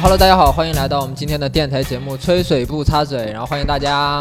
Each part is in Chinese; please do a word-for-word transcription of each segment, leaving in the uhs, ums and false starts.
Hello， 大家好，欢迎来到我们今天的电台节目《吹水不插嘴》，然后欢迎大家。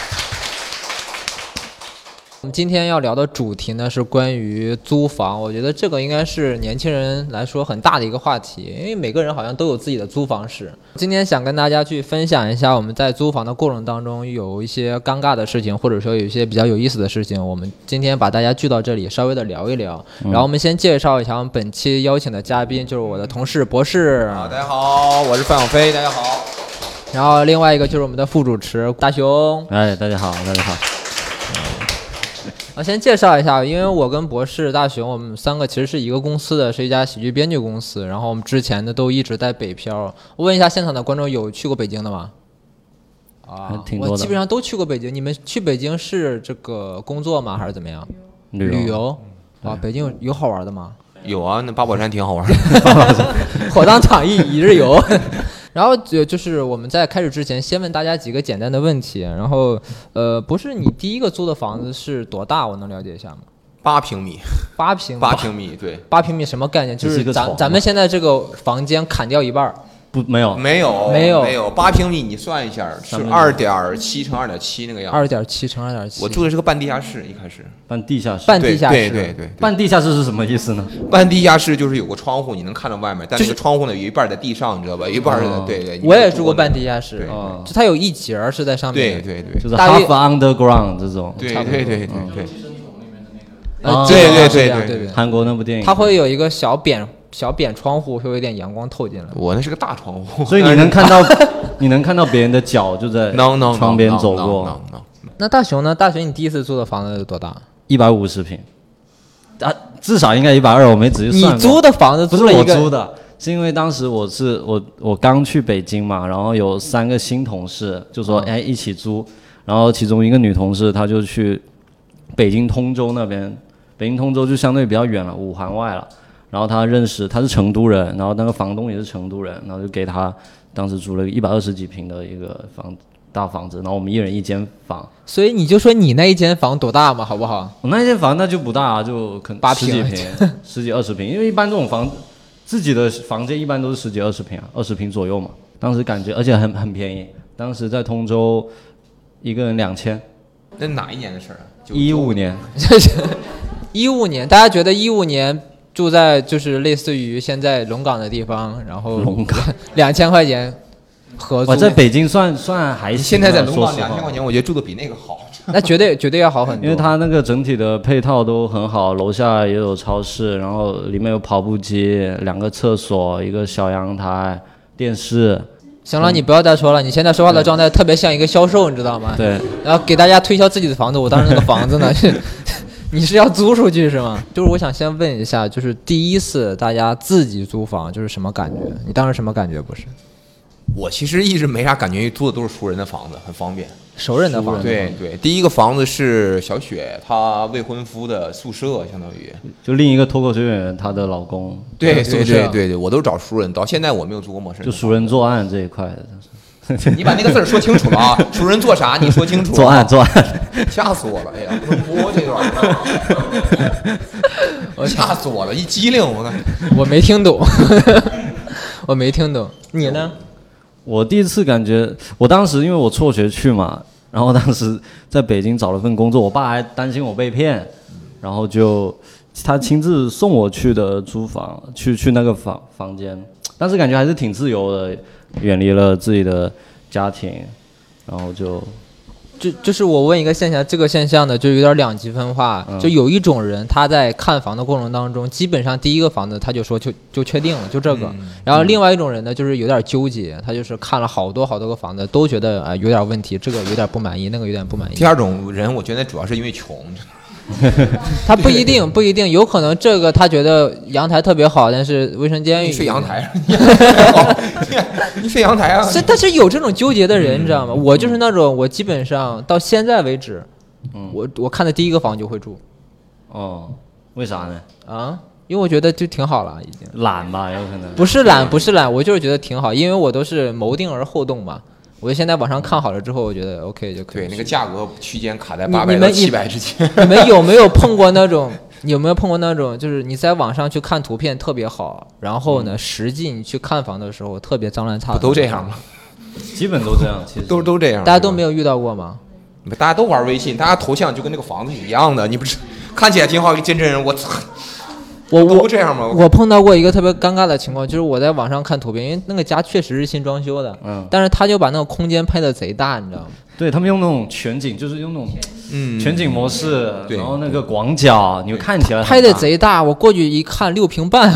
我们今天要聊的主题呢是关于租房，我觉得这个应该是年轻人来说很大的一个话题，因为每个人好像都有自己的租房史。今天想跟大家去分享一下我们在租房的过程当中有一些尴尬的事情，或者说有一些比较有意思的事情，我们今天把大家聚到这里稍微的聊一聊。然后我们先介绍一下我们本期邀请的嘉宾，就是我的同事博士。 啊，大家好，我是范晓飞，大家好。 然后另外一个就是我们的副主持大雄。 哎，大家好，大家好。 我先介绍一下，因为我跟博士、大雄，我们三个其实是一个公司的，是一家喜剧编剧公司。然后我们之前呢都一直在北漂。我问一下现场的观众，有去过北京的吗？啊， 挺多的。 我基本上都去过北京。你们去北京是这个工作吗，还是怎么样？ 旅游。 旅游。啊，北京有有好玩的吗？ 有啊，那八宝山挺好玩。 火葬场一一日游。然后就是我们在开始之前，先问大家几个简单的问题。然后，呃，不是你第一个租的房子是多大？我能了解一下吗？ 八平米。 八平。 八平米，对。 八平米什么概念？就是咱咱们现在这个房间砍掉一半。 不，没有， 没有， 没有， 没有。八平米，你算一下，是二点七乘二点七那个样子。 二点七乘二点七。 我住的是个半地下室，一开始。 半地下室。 半地下室。 对对 对, 对。 半地下室是什么意思呢？ 半地下室就是有个窗户，你能看到外面，但那个窗户呢有一半在地上，你知道吧？有一半是，对对。 我也住过半地下室， 对， 就它有一节是在上面。 对对对， 就是 half underground 这种。 对对对对对。 呃， 对对对对对对。 韩国那部电影。 它会有一个小扁。小扁窗户会有一点阳光透进来。 我那是个大窗户， 所以你能看到，你能看到别人的脚就在窗边走过。 那大雄呢？大雄，你第一次租的房子有多大？ 一百五十平，啊，至少应该一百二，我没仔细算过。 你租的房子不是我租的，是因为当时我是我我刚去北京嘛，然后有三个新同事就说哎一起租，然后其中一个女同事她就去北京通州那边，北京通州就相对比较远了，五环外了。然后他认识，他是成都人，然后那个房东也是成都人，然后就给他当时租了一百二十几平的一个房大房子，然后我们一人一间房。 所以你就说你那一间房多大嘛，好不好？ 我那一间房那就不大啊，就可能八十几平，十几二十平，因为一般这种房自己的房间一般都是十几二十平啊，二十平左右嘛。当时感觉而且很很便宜，当时在通州一个人两千。 那哪一年的事儿啊？ 一五年。 一五年，大家觉得一五年？住在就是类似于现在龙岗的地方，然后龙岗两千块钱合租。 我在北京算算还行。 现在在龙岗两千块钱，我觉得住的比那个好。 那绝对绝对要好很多， 因为它那个整体的配套都很好，楼下也有超市，然后里面有跑步机，两个厕所，一个小阳台，电视。 行了，你不要再说了，你现在说话的状态特别像一个销售，你知道吗？ 对。 然后给大家推销自己的房子，我当时那个房子呢。你是要租出去是吗？就是我想先问一下，就是第一次大家自己租房就是什么感觉？你当时什么感觉？不是， 我其实一直没啥感觉，因为租的都是熟人的房子，很方便。 熟人的房子。 对对，第一个房子是小雪她未婚夫的宿舍，相当于就另一个脱口秀演员她的老公。 对对对对对，我都是找熟人，到现在我没有租过陌生人。 就熟人作案这一块的。 你把那个字说清楚了啊！熟人做啥？你说清楚。 作案作案， 吓死我了！哎呀，不能播这段，我吓死我了，一激灵，我看我没听懂，我没听懂。你呢？ 我第一次感觉，我当时因为我辍学去嘛，然后当时在北京找了份工作，我爸还担心我被骗，然后就他亲自送我去的租房，去去那个房房间，当时感觉还是挺自由的。远离了自己的家庭，然后就就就是我问一个现象，这个现象呢就有点两极分化、嗯、就有一种人他在看房的过程当中，基本上第一个房子他就说就就确定了就这个、嗯、然后另外一种人呢就是有点纠结，他就是看了好多好多个房子都觉得啊、呃、有点问题，这个有点不满意，那个有点不满意。 第二种人我觉得主要是因为穷。 他不一定不一定，有可能这个他觉得阳台特别好，但是卫生间你睡阳台你睡阳台啊， 是但是有这种纠结的人、嗯、你知道吗？我就是那种我基本上到现在为止、嗯、我我看的第一个房就会住。 哦，为啥呢？ 啊，因为我觉得就挺好了，已经懒吧，有可能不是懒不是懒，我就是觉得挺好，因为我都是谋定而后动嘛。我现在网上看好了之后，我觉得 OK 就可以。 对，那个价格区间卡在八百到七百之间。 你们有没有碰过那种你有没有碰过那种，就是你在网上去看图片特别好，然后呢， 嗯、 实际你去看房的时候特别脏乱差的？ 不都这样吗？ 基本都这样，其实都都这样。 大家都没有遇到过吗？ 大家都玩微信，大家头像就跟那个房子一样的，你不是看起来挺好，一见真人，我操！ 我我不这样吗？ 我碰到过一个特别尴尬的情况，就是我在网上看图片，因为那个家确实是新装修的， 嗯， 但是他就把那个空间拍的贼大，你知道吗？ 对他们用那种全景，就是用那种嗯全景模式， 对， 然后那个广角，你看起来拍的贼大，我过去一看六平半，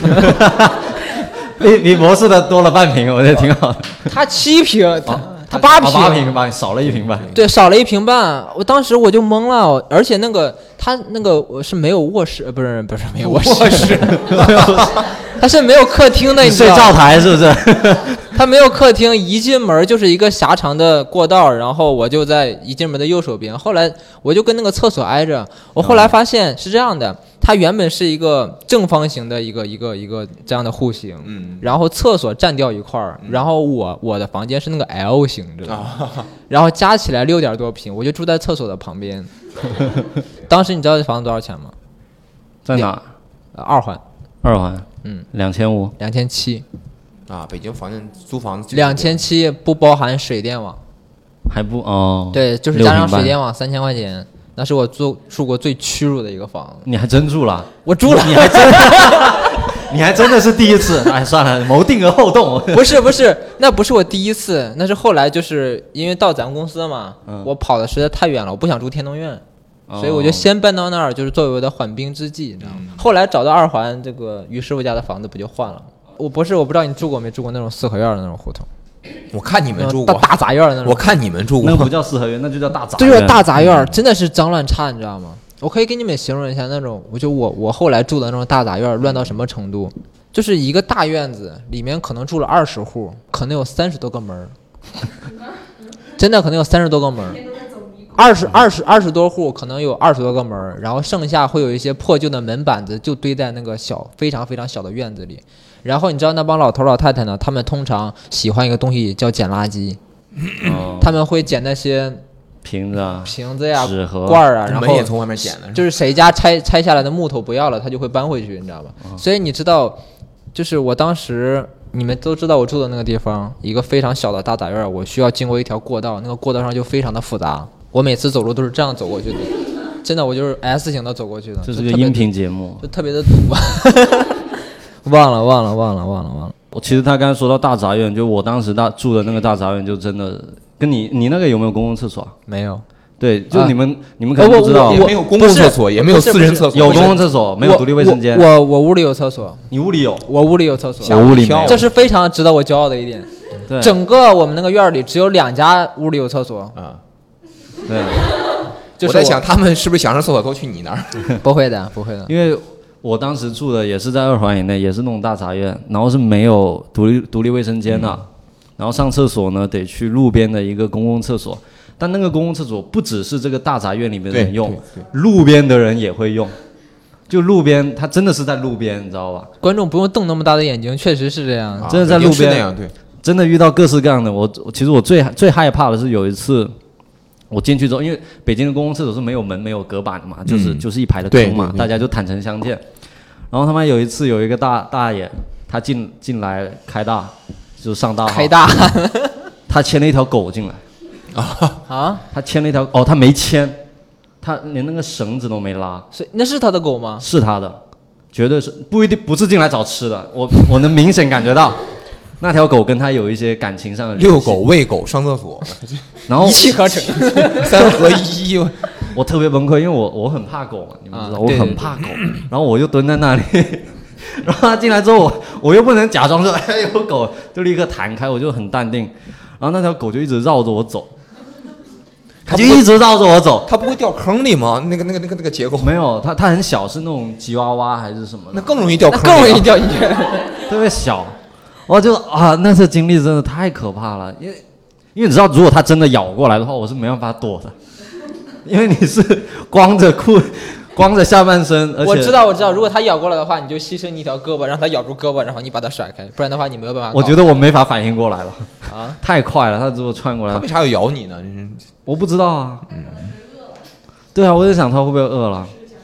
比比模式的多了半平，我觉得挺好的。 他七平，他、 哦、 他八平， 八平八少了一平半。 对，少了一平半，我当时我就懵了，而且那个他那个是没有卧室，不是不是没有卧室， 卧室他是没有客厅的，你知道睡灶台是不是？ 他没有客厅，一进门就是一个狭长的过道，然后我就在一进门的右手边。后来我就跟那个厕所挨着，我后来发现是这样的，它原本是一个正方形的一个一个一个这样的户型， 嗯， 然后厕所占掉一块儿，然后我我的房间是那个 L 型的， 啊、 然后加起来六点多平，我就住在厕所的旁边。当时你知道这房子多少钱吗？ 在哪？ 二环。 二环。 嗯， 两千五。 两千七。 啊，北京房间租房子两千七不包含水电网， 还不哦？ 对，就是加上水电网三千块钱，那是我住住过最屈辱的一个房子。 你还真住了？ 我住了， 你还真，你还真的是第一次。哎，算了，谋定而后动。 不是不是，那不是我第一次，那是后来就是因为到咱公司嘛， 嗯、 我跑的实在太远了，我不想住天通苑。 哦、 所以我就先搬到那儿，就是作为我的缓兵之计，你知道吗？嗯、后来找到二环这个于师傅家的房子，不就换了吗？我不是，我不知道你住过没住过那种四合院的那种胡同。 我看你们住过大杂院的那种。 我看你们住过， 那不叫四合院，那就叫大杂院。 这就是大杂院，真的是脏乱差，你知道吗？我可以给你们形容一下那种，我就我我后来住的那种大杂院乱到什么程度，就是一个大院子里面可能住了二十户，可能有三十多个门真的可能有三十多个门二十二十二十多户，可能有二十多个门，然后剩下会有一些破旧的门板子，就堆在那个小非常非常小的院子里。然后你知道那帮老头老太太呢，他们通常喜欢一个东西叫捡垃圾， 哦、 他们会捡那些瓶子啊、 瓶子呀、 纸盒、 罐儿啊，然后也从外面捡的， 就是谁家拆拆下来的木头不要了，他就会搬回去，你知道吧？哦、所以你知道，就是我当时。你们都知道我住的那个地方，一个非常小的大杂院，我需要经过一条过道，那个过道上就非常的复杂。我每次走路都是这样走过去的，真的，我就是 S 型的走过去的。 这是个音频节目， 就特别的堵。忘了，忘了，忘了，忘了，忘了。 我其实他刚才说到大杂院，就我当时大住的那个大杂院，就真的跟你你那个有没有公共厕所？ 没有。 对，就你们、啊、你们可能不知道， 也没有公共厕所，也没有私人厕所， 有公共厕所，没有独立卫生间。 我 我, 我屋里有厕所， 你屋里有？ 我屋里有厕所， 我屋里没有。 这是非常值得我骄傲的一点。 对， 整个我们那个院里只有两家屋里有厕所啊。 对， 就是我在想他们是不是想上厕所都去你那儿？ 不会的，不会的， 因为我当时住的也是在二环以内，也是那种大杂院，然后是没有独立独立卫生间的，嗯、然后上厕所呢得去路边的一个公共厕所。但那个公共厕所不只是这个大杂院里面的人用，路边的人也会用。就路边，他真的是在路边，你知道吧？ 观众不用瞪那么大的眼睛，确实是这样， 啊、 真的在路边， 那样对， 真的遇到各式各样的。我我其实我最最害怕的是有一次，我进去之后，因为北京的公共厕所是没有门、没有隔板的嘛，就是、 嗯、 就是一排的坑嘛， 对对对大家就坦诚相见。然后他妈有一次有一个大大爷，他进进来开大，就是上大号开大， 他牵了一条狗进来。 啊！ 他牵了一条哦，他没牵，他连那个绳子都没拉。 所以那是他的狗吗？ 是他的，绝对是，不一定不是进来找吃的。我我能明显感觉到，那条狗跟他有一些感情上的遛狗、喂狗、上厕所， 然后一气呵成， 三合一。 我特别崩溃，因为我我很怕狗嘛，你们知道， 啊、 我很怕狗。然后我就蹲在那里，然后他进来之后，我我又不能假装说哎有狗，就立刻弹开，我就很淡定。然后那条狗就一直绕着我走。他就一直绕着我走， 他不会掉坑里吗？那个、那个、那个、那个结构没有，它它很小，是那种吉娃娃还是什么？ 那更容易掉坑， 更容易掉进去， 特别小。我就啊，那次经历真的太可怕了，因为因为你知道，如果它真的咬过来的话，我是没办法躲的，因为你是光着裤、光着下半身，而且我知道我知道，如果它咬过来的话，你就牺牲你一条胳膊，让它咬住胳膊，然后你把它甩开，不然的话你没有办法。 我觉得我没法反应过来了， 啊， 太快了，它如果窜过来， 它为啥要咬你呢？ 我不知道啊。嗯，对啊，我在想它会不会饿了？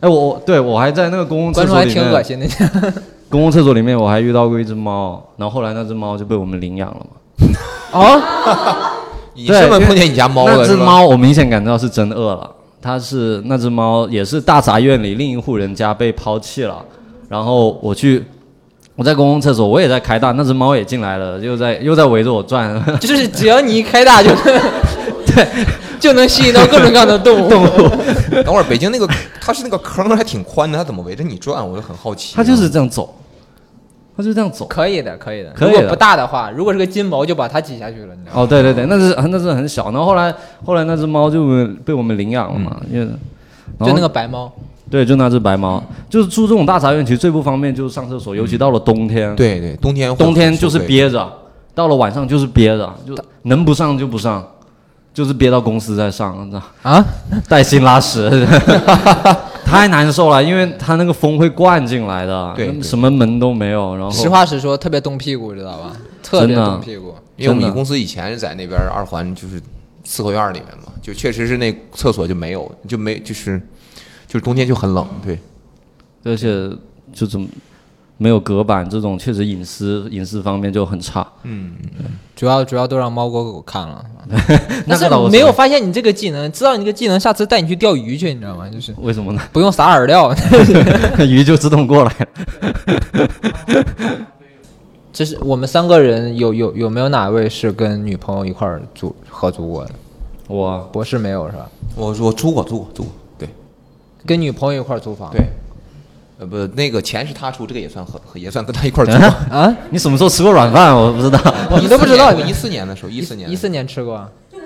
哎，我对我还在那个公共厕观众还所里面， 挺恶心的。 公共厕所里面我还遇到过一只猫，然后后来那只猫就被我们领养了嘛。 哦， 你是不是碰见你家猫了？ 那只猫我明显感到是真饿了。它是那只猫也是大杂院里另一户人家被抛弃了，然后我去。我在公共厕所，我也在开大，那只猫也进来了，又在又在围着我转。 就是只要你一开大就能，对，就能吸引到各种各样的动物。动物。 等会儿北京那个，它是那个坑还挺宽的，它怎么围着你转？我就很好奇。 它就是这样走，它就这样走。 可以的，可以的。 可以的。 如果不大的话，如果是个金毛，就把它挤下去了，你知道吗？ 哦，对对对，那是那是很小。然后后来后来那只猫就被我们领养了嘛，因为就那个白猫。 对，就那只白猫，就是住这种大杂院，其实最不方便就是上厕所，尤其到了冬天。 对对，冬天冬天就是憋着，到了晚上就是憋着，就能不上就不上，就是憋到公司再上，啊，带薪拉屎，太难受了，因为它那个风会灌进来的， 对， 什么门都没有。然后实话实说，特别冻屁股，知道吧？特别冻屁股。 因为我们公司以前是在那边二环，就是四合院里面嘛，就确实是那厕所就没有，就没就是。就是冬天就很冷，对， 而且就怎么没有隔板，这种确实隐私隐私方面就很差。 嗯， 主要主要都让猫狗狗看了。 但是没有发现你这个技能，知道你这个技能，下次带你去钓鱼去，你知道吗？就是为什么呢？ 不用撒饵料， 鱼就自动过来了。 这是我们三个人有有有没有哪位是跟女朋友一块儿租合租过的？ 我博士没有是吧？ 我我租过租过租过。 跟女朋友一块租房， 对，呃不，那个钱是他出，这个也算和也算跟他一块租啊。你什么时候吃过软饭？我不知道， 你都不知道。 我一四年的时候，一四年， 一四年吃过。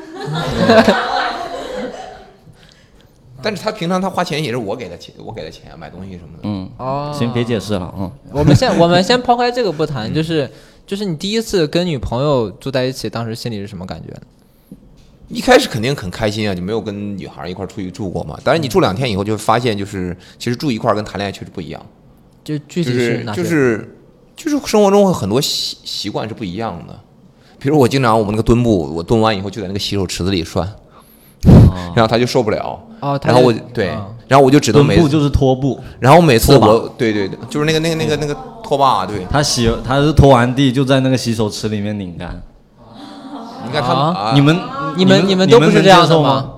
但是他平常他花钱也是我给他钱，我给他钱买东西什么的。 嗯， 哦， 行，别解释了，嗯。 我们先我们先抛开这个不谈，就是就是你第一次跟女朋友住在一起，当时心里是什么感觉？ 一开始肯定很开心啊，就没有跟女孩一块出去住过嘛。但是你住两天以后，就会发现就是其实住一块跟谈恋爱确实不一样。 就具体是哪些？ 就是就是生活中会很多习习惯是不一样的。比如我经常我们那个墩布，我蹲完以后就在那个洗手池子里涮，哦、然后他就受不了。 哦， 然后我对，哦、然后我就只能每墩布就是拖布， 然后每次我对对对，就是那个那个那个那个拖把，对。 他洗他是拖完地就在那个洗手池里面拧干。 你看他们， 啊、你们你们你们都不是这样的吗？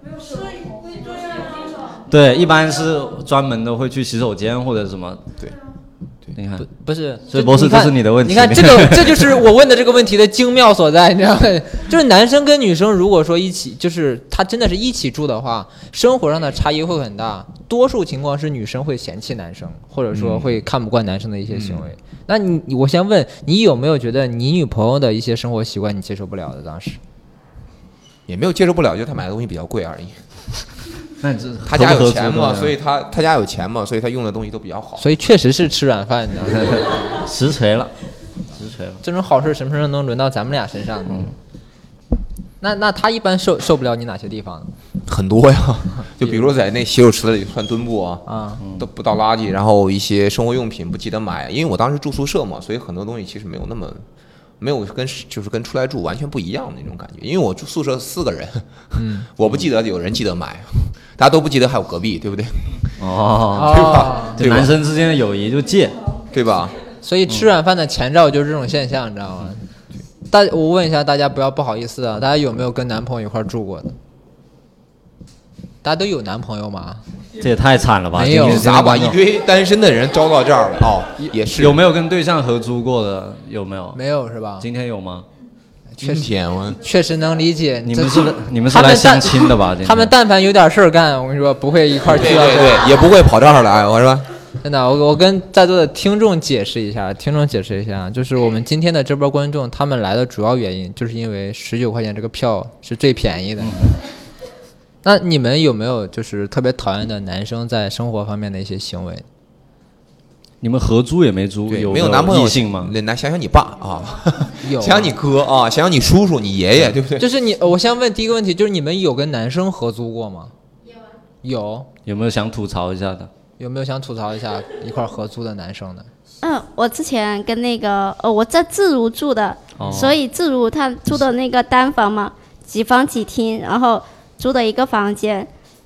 对，一般是专门的会去洗手间或者什么。 对， 你看， 不不是， 所以博士，这是你的问题。 你看这个，这就是我问的这个问题的精妙所在，你知道吗？就是男生跟女生如果说一起，就是他真的是一起住的话，生活上的差异会很大。多数情况是女生会嫌弃男生，或者说会看不惯男生的一些行为。嗯、那你，我先问你有没有觉得你女朋友的一些生活习惯你接受不了的？当时也没有接受不了，就他买的东西比较贵而已。 那这他家有钱嘛，所以他他家有钱嘛，所以他用的东西都比较好。 所以确实是吃软饭，你知道吗？ 实锤了，实锤了。 这种好事什么时候能轮到咱们俩身上呢？嗯。那那他一般受受不了你哪些地方呢？ 很多呀，就比如在那洗手池子里涮墩布啊，啊，都不倒垃圾，然后一些生活用品不记得买，因为我当时住宿舍嘛，所以很多东西其实没有那么。没有跟就是跟出来住完全不一样的那种感觉，因为我住宿舍四个人，嗯，我不记得有人记得买，大家都不记得还有隔壁，对不对？ 哦， 对吧？ 对吧？男生之间的友谊就借， 对吧？ 所以吃软饭的前兆就是这种现象，你知道吗？大我问一下大家，不要不好意思啊，大家有没有跟男朋友一块住过的？大家都有男朋友吗？ 这也太惨了吧！ 没有， 咋把一堆单身的人招到这儿了？哦，也是。 有没有跟对象合租过的？有没有？ 没有是吧？ 今天有吗？ 今天我确实能理解。 你们是你们是来相亲的吧？ 他们但凡有点事儿干，我跟你说不会一块儿去到这， 对对，也不会跑这儿来，我说。 真的，我我跟在座的听众解释一下，听众解释一下，就是我们今天的这波观众，他们来的主要原因就是因为十九块钱这个票是最便宜的。嗯、那你们有没有就是特别讨厌的男生在生活方面的一些行为？ 你们合租也没租，有没有男朋友异性吗？ 来想想你爸啊， 有想想你哥啊，想想你叔叔、你爷爷，对不对？ 就是你，我先问第一个问题，就是你们有跟男生合租过吗？ 有。 有。有没有想吐槽一下的？ 有没有想吐槽一下一块合租的男生的？ 嗯，我之前跟那个呃，我在自如住的，哦、所以自如他住的那个单房嘛，几房几厅，然后租的一个房间，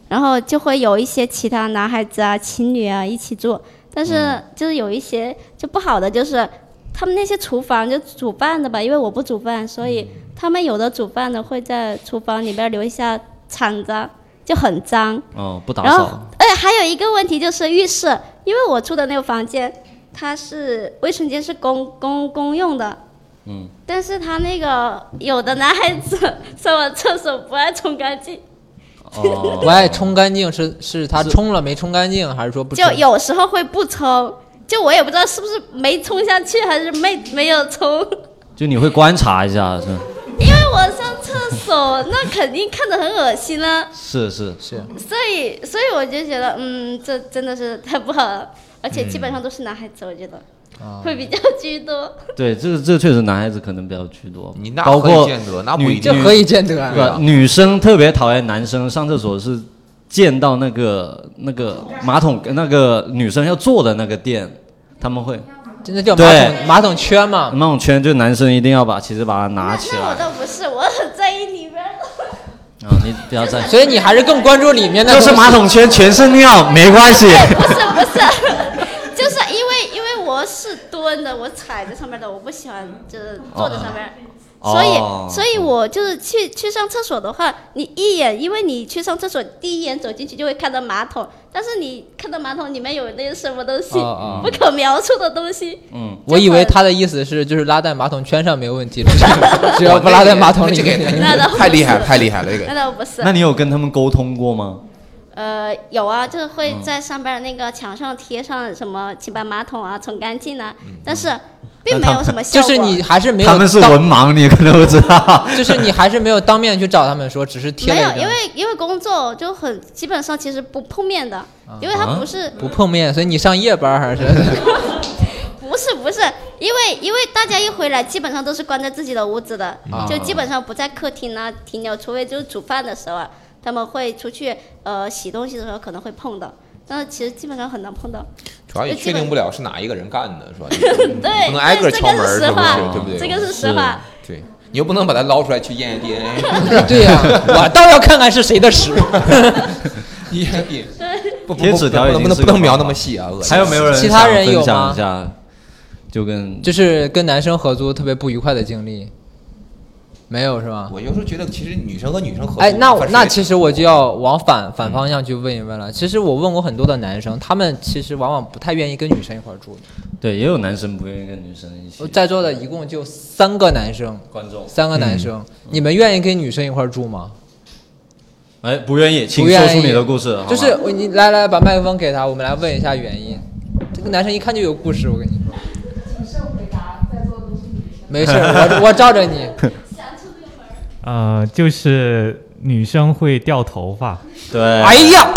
然后就会有一些其他男孩子啊、情侣啊一起住，但是就是有一些就不好的，就是他们那些厨房就煮饭的吧，因为我不煮饭，所以他们有的煮饭的会在厨房里边留一下铲子，就很脏。 哦，不打然后扫。 哎，还有一个问题就是浴室，因为我住的那个房间，它是卫生间是公公公用的。 嗯。 但是他那个有的男孩子上完厕所不爱冲干净。 哦， 不爱冲干净是是他冲了没冲干净，还是说不冲？ 就有时候会不冲，就我也不知道是不是没冲下去，还是没没有冲。 就你会观察一下是？ 因为我上厕所，那肯定看着很恶心了。 是是是。 所以所以我就觉得，嗯，这真的是太不好了，而且基本上都是男孩子，我觉得。 嗯、 会比较居多。 对，这个这个确实男孩子可能比较居多。 你那包括可以见得，那不一定。这可以见得、啊。 女生特别讨厌男生上厕所是见到那个那个马桶那个女生要坐的那个垫，他们会。 真的叫马桶马桶圈嘛？ 马桶圈就男生一定要把其实把它拿起来。 那我倒不是，我很在意里面的。 啊、哦，你不要在意。 所以你还是更关注里面的。 就是马桶圈全是尿，没关系。 不是不是。就是因为因为我是蹲的，我踩在上面的，我不喜欢就是坐在上面，哦、所以、哦、所以我就是去去上厕所的话，你一眼，因为你去上厕所第一眼走进去就会看到马桶，但是你看到马桶里面有那个什么东西，哦、不可描述的东西。 嗯，我以为他的意思是就是拉在马桶圈上没有问题，只要不拉在马桶里面。 太厉害了，太厉害了这个。 那倒不是。 那你有跟他们沟通过吗？ 呃，有啊，就是会在上边那个墙上贴上什么请把马桶啊冲干净啊，嗯、但是并没有什么效果。 就是你还是没有， 他们是文盲，你可能不知道。 就是你还是没有当面去找他们说，只是贴了一个。 没有，因为因为工作就很基本上其实不碰面的，啊、因为他不是、 啊、不碰面，所以你上夜班还是？ 不是不是，因为因为大家一回来基本上都是关在自己的屋子的，啊、就基本上不在客厅啊停留，除非就是煮饭的时候啊。他们会出去呃洗东西的时候可能会碰到，但是其实基本上很难碰到。 主要也确定不了是哪一个人干的，是吧？ 对， 不能挨个敲门， 是不是？ 对不对？ 这个是实话。 对，你又不能把它捞出来去验验 D N A。 对呀、啊，我倒要看看是谁的屎。 验验。不贴纸条不能不能不能描那么细啊！ 还有没有人其他人有吗？ 就跟就是跟男生合租特别不愉快的经历。没有是吧？ 我有时候觉得，其实女生和女生合作， 哎，那那其实我就要往反反方向去问一问了。其实我问过很多的男生，他们其实往往不太愿意跟女生一块住的。 对，也有男生不愿意跟女生一起。 在座的一共就三个男生， 观众三个男生，嗯、你们愿意跟女生一块住吗？ 哎，不愿意，请说出你的故事。 就是你来来把麦克风给他，我们来问一下原因。这个男生一看就有故事，我跟你说。 谨慎回答，在座都是女生。 没事，我我罩着你。 呃，就是女生会掉头发。 对。 哎呀，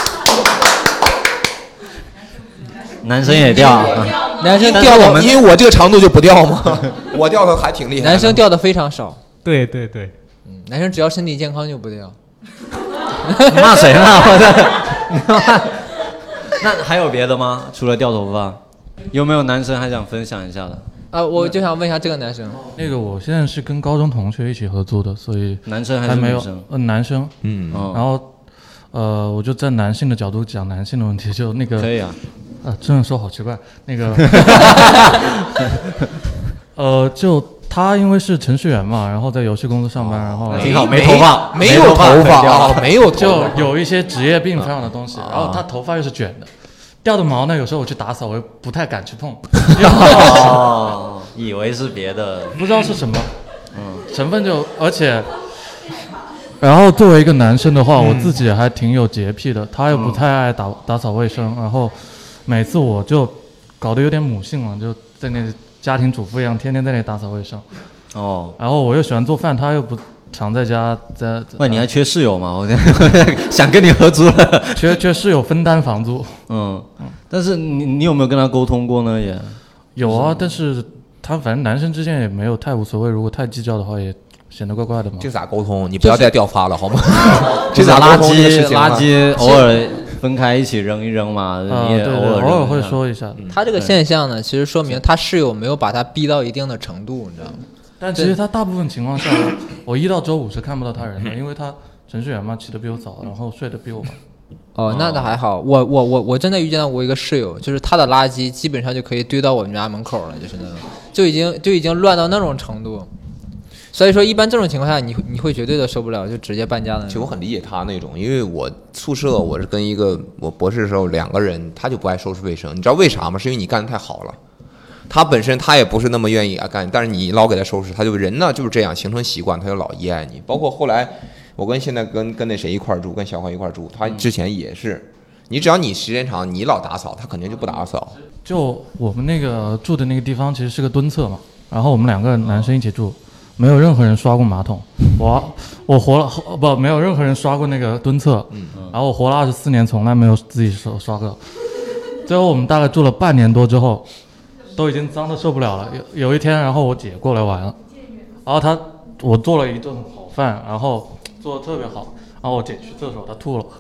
男生也掉， 男生掉我们， 因为我这个长度就不掉吗？我掉的还挺厉害。 男生掉的非常少。 对对对， 嗯，男生只要身体健康就不掉。 你骂谁呢？我那还有别的吗？除了掉头发，有没有男生还想分享一下的？ 啊，我就想问一下这个男生。 那个我现在是跟高中同学一起合租的，所以男生还是女生？ 呃，男生。 嗯。 然后，呃，我就站男性的角度讲男性的问题，就那个。 可以啊。 啊，这样说好奇怪。那个。呃，就他因为是程序员嘛，然后在游戏公司上班，然后挺好，没头发， 没有头发啊，没有， 就有一些职业病这样的东西。然后他头发又是卷的。掉的毛呢，有时候我去打扫，我又不太敢去碰。 哦，以为是别的， 不知道是什么，嗯，成分就，而且，然后作为一个男生的话，嗯、我自己还挺有洁癖的，他又不太爱打、嗯、打扫卫生，然后每次我就搞得有点母性了，就在那家庭主妇一样，天天在那打扫卫生。 哦， 然后我又喜欢做饭，他又不常在家在。 喂，你还缺室友吗？我想跟你合租了。 缺缺室友分担房租。 嗯，但是你你有没有跟他沟通过呢？也有啊，但是他反正男生之间也没有太无所谓，如果太计较的话，也显得怪怪的嘛。 这咋沟通？你不要再掉发了好吗？ 这咋垃圾垃圾偶尔分开一起扔一扔嘛，你也偶尔偶尔会说一下。 他这个现象呢，其实说明他室友没有把他逼到一定的程度，你知道吗？ 但其实他大部分情况下，我一到周五是看不到他人的，因为他程序员嘛，起得比我早，然后睡得比我晚。 哦，那倒还好。我我我我真的遇见到过一个室友，就是他的垃圾基本上就可以堆到我们家门口了，就是那种，就已经就已经乱到那种程度。所以说，一般这种情况下，你你会绝对的受不了，就直接搬家的。 其实我很理解他那种，因为我宿舍我是跟一个我博士的时候两个人，他就不爱收拾卫生，你知道为啥吗？是因为你干得太好了。他本身他也不是那么愿意啊干，但是你老给他收拾，他就人呢就是这样形成习惯，他就老依赖你。包括后来我跟现在跟跟那谁一块住，跟小花一块住，他之前也是，你只要你时间长，你老打扫，他肯定就不打扫。 就我们那个住的那个地方其实是个蹲厕嘛，然后我们两个男生一起住。没有任何人刷过马桶，我我活了不没有任何人刷过那个蹲厕，然后我活了二十四年，从来没有自己手刷过。最后我们大概住了半年多之后，都已经脏的受不了了。有有一天，然后我姐过来玩了，然后她我做了一顿好饭，然后做的特别好，然后我姐去厕所她吐了，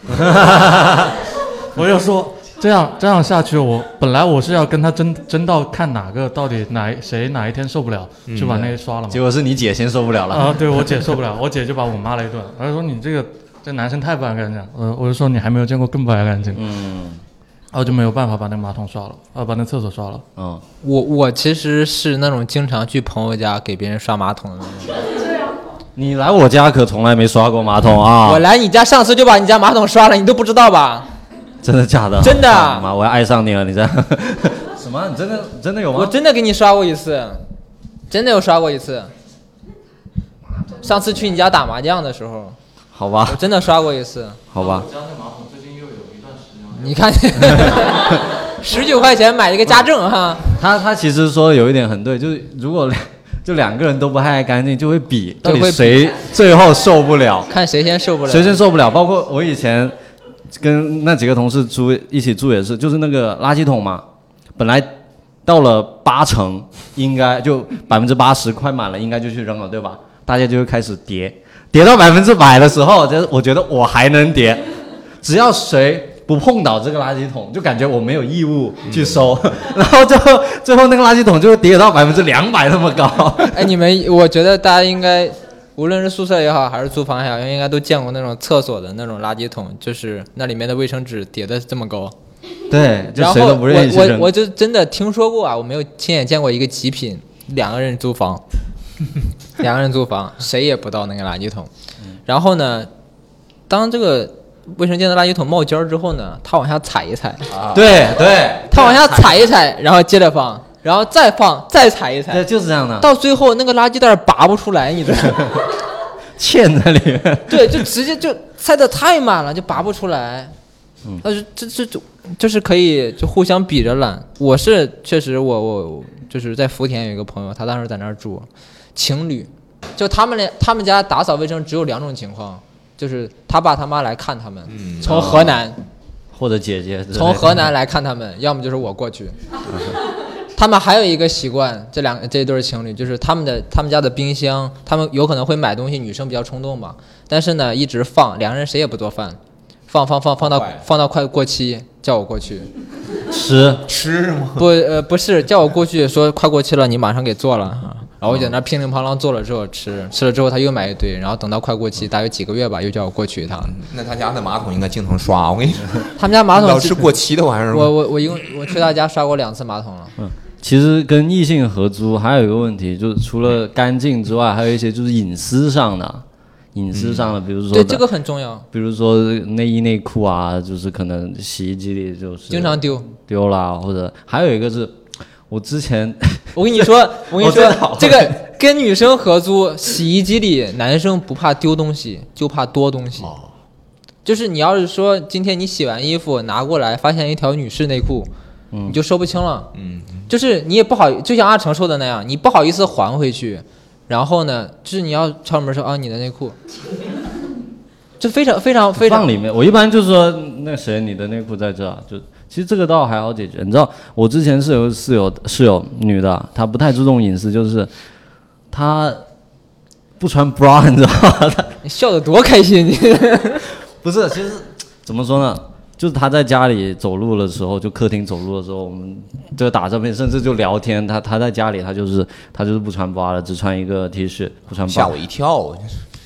我就说。这样这样下去，我本来我是要跟他争争到看哪个到底哪谁哪一天受不了，嗯、就把那个刷了嘛。 结果是你姐先受不了了啊！对我姐受不了，我姐就把我骂了一顿，她说你这个这男生太不爱干净。呃，我就说你还没有见过更不爱干净。嗯，然后就没有办法把那个马桶刷了，呃，把那厕所刷了。 嗯，我我其实是那种经常去朋友家给别人刷马桶的那种。 你来我家可从来没刷过马桶啊！ 我来你家上次就把你家马桶刷了，你都不知道吧？ 真的假的？ 真的！ 妈，我要爱上你了！你这什么？你真的真的有吗？ 我真的给你刷过一次，真的有刷过一次。上次去你家打麻将的时候， 好吧， 我真的刷过一次。 好吧。 我家那马桶最近又有一段时间。 你看，十九块钱买了一个家政哈。 他他其实说的有一点很对，就是如果就两个人都不爱干净，就会比到底谁最后受不了， 看谁先受不了， 谁先受不了。包括我以前。跟那几个同事住一起住也是，就是那个垃圾桶嘛，本来到了八成，应该就百分之八十快满了，应该就去扔了，对吧？大家就会开始叠，叠到百分之百的时候，就是我觉得我还能叠，只要谁不碰倒这个垃圾桶，就感觉我没有义务去收，嗯、然后最后最后那个垃圾桶就会叠到百分之两百那么高。 哎，你们，我觉得大家应该。无论是宿舍也好，还是租房也好，应该都见过那种厕所的那种垃圾桶，就是那里面的卫生纸叠的这么高。 对，就谁都不愿意去扔。 我我我就真的听说过啊，我没有亲眼见过一个极品，两个人租房，两个人租房，谁也不倒那个垃圾桶。然后呢，当这个卫生间的垃圾桶冒尖之后呢，他往下踩一踩。 啊、对对， 他往下踩一踩，然后接着放。然后再放，再踩一踩， 对，就是这样的。 到最后那个垃圾袋拔不出来，你知道吗？ 嵌在里面。 对，就直接就塞得太满了，就拔不出来。嗯，但是这这就就是可以就互相比着懒。我是确实我我就是在福田有一个朋友，他当时在那儿住，情侣，就他们俩他们家打扫卫生只有两种情况，就是他爸他妈来看他们，嗯、从河南、 哦、或者姐姐从河南来看他们，要么就是我过去。他们还有一个习惯，这两这对情侣就是他们的他们家的冰箱，他们有可能会买东西，女生比较冲动嘛，但是呢一直放，两个人谁也不做饭，放放放放到放到快过期，叫我过去吃吃吗？ 不呃不是，叫我过去说快过期了，你马上给做了啊，然后我在那乒铃乓啷做了之后吃，吃了之后他又买一堆，然后等到快过期，大约几个月吧，又叫我过去一趟。 那他家的马桶应该经常刷，我跟你说， 他们家马桶老是过期的玩意儿。 我我我一共我去他家刷过两次马桶了。 嗯。其实跟异性合租还有一个问题，就是除了干净之外，还有一些就是隐私上的，隐私上的，比如说对这个很重要， 比如说内衣内裤啊，就是可能洗衣机里就是经常丢丢啦，或者还有一个是，我之前我跟你说，我跟你说，这个跟女生合租，洗衣机里男生不怕丢东西，就怕多东西。哦，就是你要是说今天你洗完衣服拿过来，发现一条女士内裤。嗯，你就说不清了，嗯，就是你也不好，就像阿成说的那样，你不好意思还回去，然后呢，就是你要敲门说啊，你的内裤，就非常非常非常放里面。我一般就说那谁，你的内裤在这，就其实这个倒还好解决。你知道，我之前是有室友室友女的，她不太注重隐私，就是她不穿 bra， 你知道吗？ 你笑得多开心！你不是，其实怎么说呢？就是他在家里走路的时候，就客厅走路的时候，我们就打照片，甚至就聊天。他他在家里，他就是他就是不穿 bra 的，只穿一个 T 恤，不穿 bra。 吓我一跳！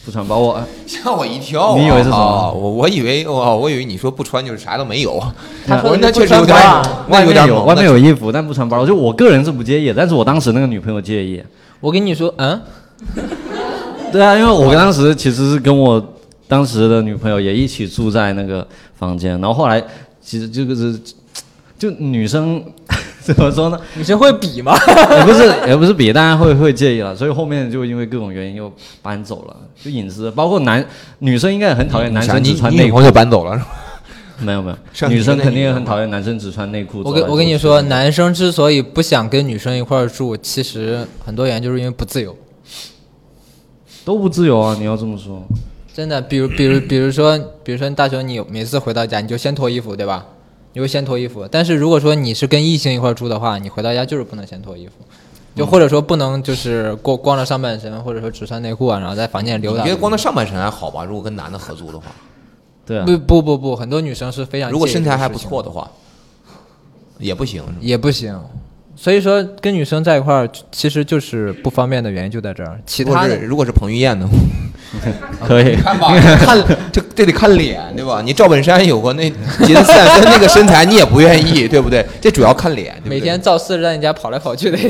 不穿，把我吓我一跳、啊。 你以为是什么？ 啊、我我以为哇，我以为你说不穿就是啥都没有。 他说那确实有点， 外面有外面有衣服，但不穿包。就我个人是不介意，但是我当时那个女朋友介意。 我跟你说，嗯， 对啊，因为我当时其实是跟我当时的女朋友也一起住在那个房间，然后后来其实这个是就女生。怎么说呢？ 女生会比吗？ 也不是，也不是比，当然会会介意了。所以后面就因为各种原因又搬走了，就隐私，包括男女生应该也很讨厌男生只穿内裤。 你就搬走了是吧？ 没有没有，女生肯定也很讨厌男生只穿内裤。 我跟我跟你说，男生之所以不想跟女生一块住，其实很多原因就是因为不自由。 都不自由啊！你要这么说， 真的，比如比如比如说，比如说大雄，你每次回到家你就先脱衣服，对吧？你会先脱衣服，但是如果说你是跟异性一块住的话，你回到家就是不能先脱衣服，就或者说不能就是光光着上半身，或者说只穿内裤啊，然后在房间里溜达。 你觉得光着上半身还好吧？如果跟男的合租的话， 对啊， 不不不不，很多女生是非常如果身材还不错的话，也不行， 也不行。所以说跟女生在一块儿，其实就是不方便的原因就在这儿。其他的如果是彭于晏呢？ 可以看吧，看这这得看脸对吧？你赵本山有个那杰森斯坦森那个身材，你也不愿意对不对？这主要看脸。对对每天赵四在你家跑来跑去的。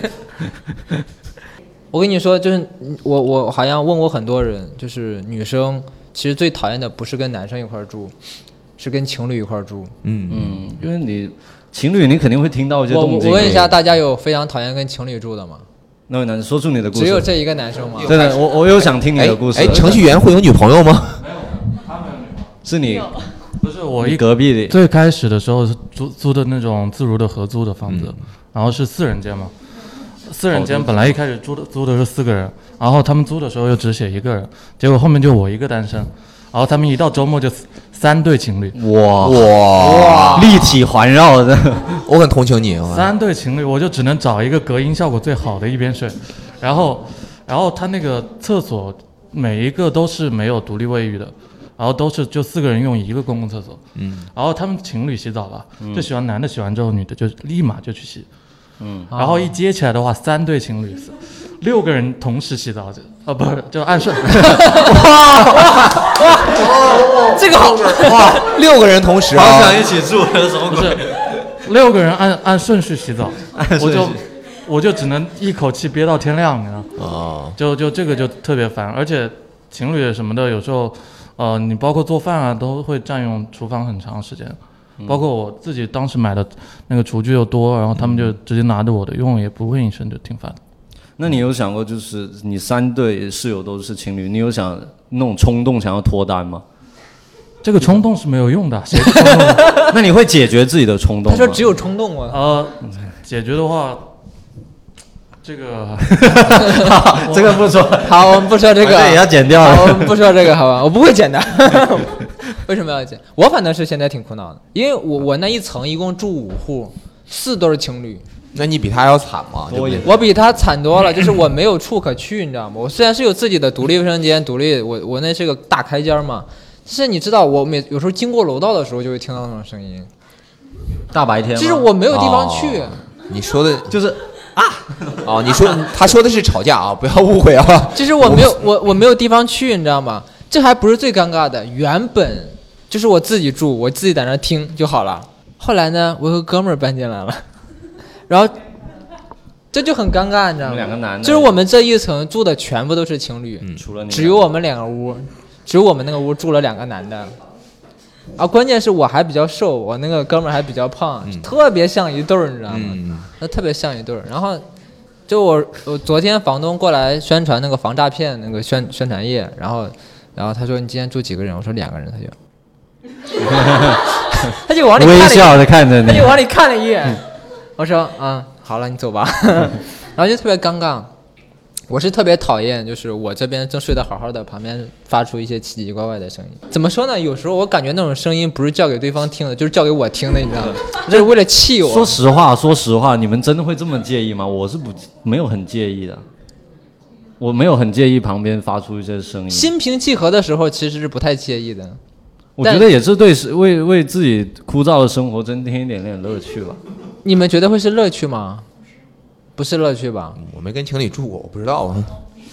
我跟你说，就是我我好像问过很多人，就是女生其实最讨厌的不是跟男生一块住，是跟情侣一块住。 嗯嗯，因为你情侣你肯定会听到一些动静。 我我问一下，大家有非常讨厌跟情侣住的吗？ 那位男生说出你的故事。 只有这一个男生吗？ 真的，我我有想听你的故事。 哎，哎程序员会有女朋友吗？ 没有，他没有女朋友。 是你？ 不是我一隔壁的。 最开始的时候是租租的那种自如的合租的房子，嗯、然后是四人间嘛。四人间本来一开始租的租的是四个人，然后他们租的时候又只写一个人，结果后面就我一个单身，然后他们一到周末就三对情侣。 哇哇， 立体环绕的， 我很同情你。 三对情侣，我就只能找一个隔音效果最好的一边睡，然后，然后他那个厕所每一个都是没有独立卫浴的，然后都是就四个人用一个公共厕所。嗯，然后他们情侣洗澡吧，嗯、就洗完男的洗完之后，女的就立马就去洗。嗯，然后一接起来的话，三对情侣，六个人同时洗澡，啊不是就按顺。 哇哇，这个好哇，六个人同时、啊， 好想一起住，什么鬼？ 六个人按按顺序洗澡，我就我就只能一口气憋到天亮，你知道？哦，就就这个就特别烦，而且情侣什么的，有时候呃，你包括做饭啊，都会占用厨房很长时间。包括我自己当时买的那个厨具又多，然后他们就直接拿着我的用，也不会应声，就挺烦的。 那你有想过，就是你三对室友都是情侣，你有想那种冲动想要脱单吗？ 这个冲动是没有用的，谁冲动的？ 那你会解决自己的冲动吗？ 他说只有冲动吗？ 呃，解决的话，这个这个不说， 好，我们不说这个， 这也要剪掉了。 好，我们不说这个，好吧？我不会剪的。为什么要剪？我反正是现在挺苦恼的，因为我我那一层一共住五户，四都是情侣。 那你比他要惨吗？ 多也我比他惨多了，就是我没有处可去，你知道吗？我虽然是有自己的独立卫生间，独立，我我那是个大开间嘛，但是你知道，我每有时候经过楼道的时候就会听到那种声音。 大白天吗？ 就是我没有地方去。 哦、你说的就是啊， 哦，你说他说的是吵架啊，不要误会啊。 就是我没有我我没有地方去，你知道吗？这还不是最尴尬的，原本就是我自己住，我自己在那听就好了。后来呢，我和哥们儿搬进来了，然后这就很尴尬，你知道吗？ 两个男的， 就是我们这一层住的全部都是情侣， 嗯、除了你， 只有我们两个屋，只有我们那个屋住了两个男的。啊，关键是我还比较瘦，我那个哥们儿还比较胖，嗯、特别像一对儿，你知道吗？ 嗯、 那特别像一对儿。然后，就我我昨天房东过来宣传那个防诈骗那个宣宣传页，然后然后他说你今天住几个人？我说两个人，他就他就往里看了一眼， 微笑的看着你， 他就往里看了一眼。我说嗯，好了，你走吧。然后就特别尴尬。我是特别讨厌，就是我这边正睡得好好的，旁边发出一些奇奇怪怪的声音。怎么说呢？有时候我感觉那种声音不是叫给对方听的，就是叫给我听的，你知道吗？就是为了气我。 说实话，说实话，你们真的会这么介意吗？我是不没有很介意的，我没有很介意旁边发出一些声音。 心平气和的时候，其实是不太介意的。 我觉得也是对为为自己枯燥的生活增添一点点乐趣吧。 你们觉得会是乐趣吗？不是乐趣吧？ 我没跟情侣住过，我不知道啊。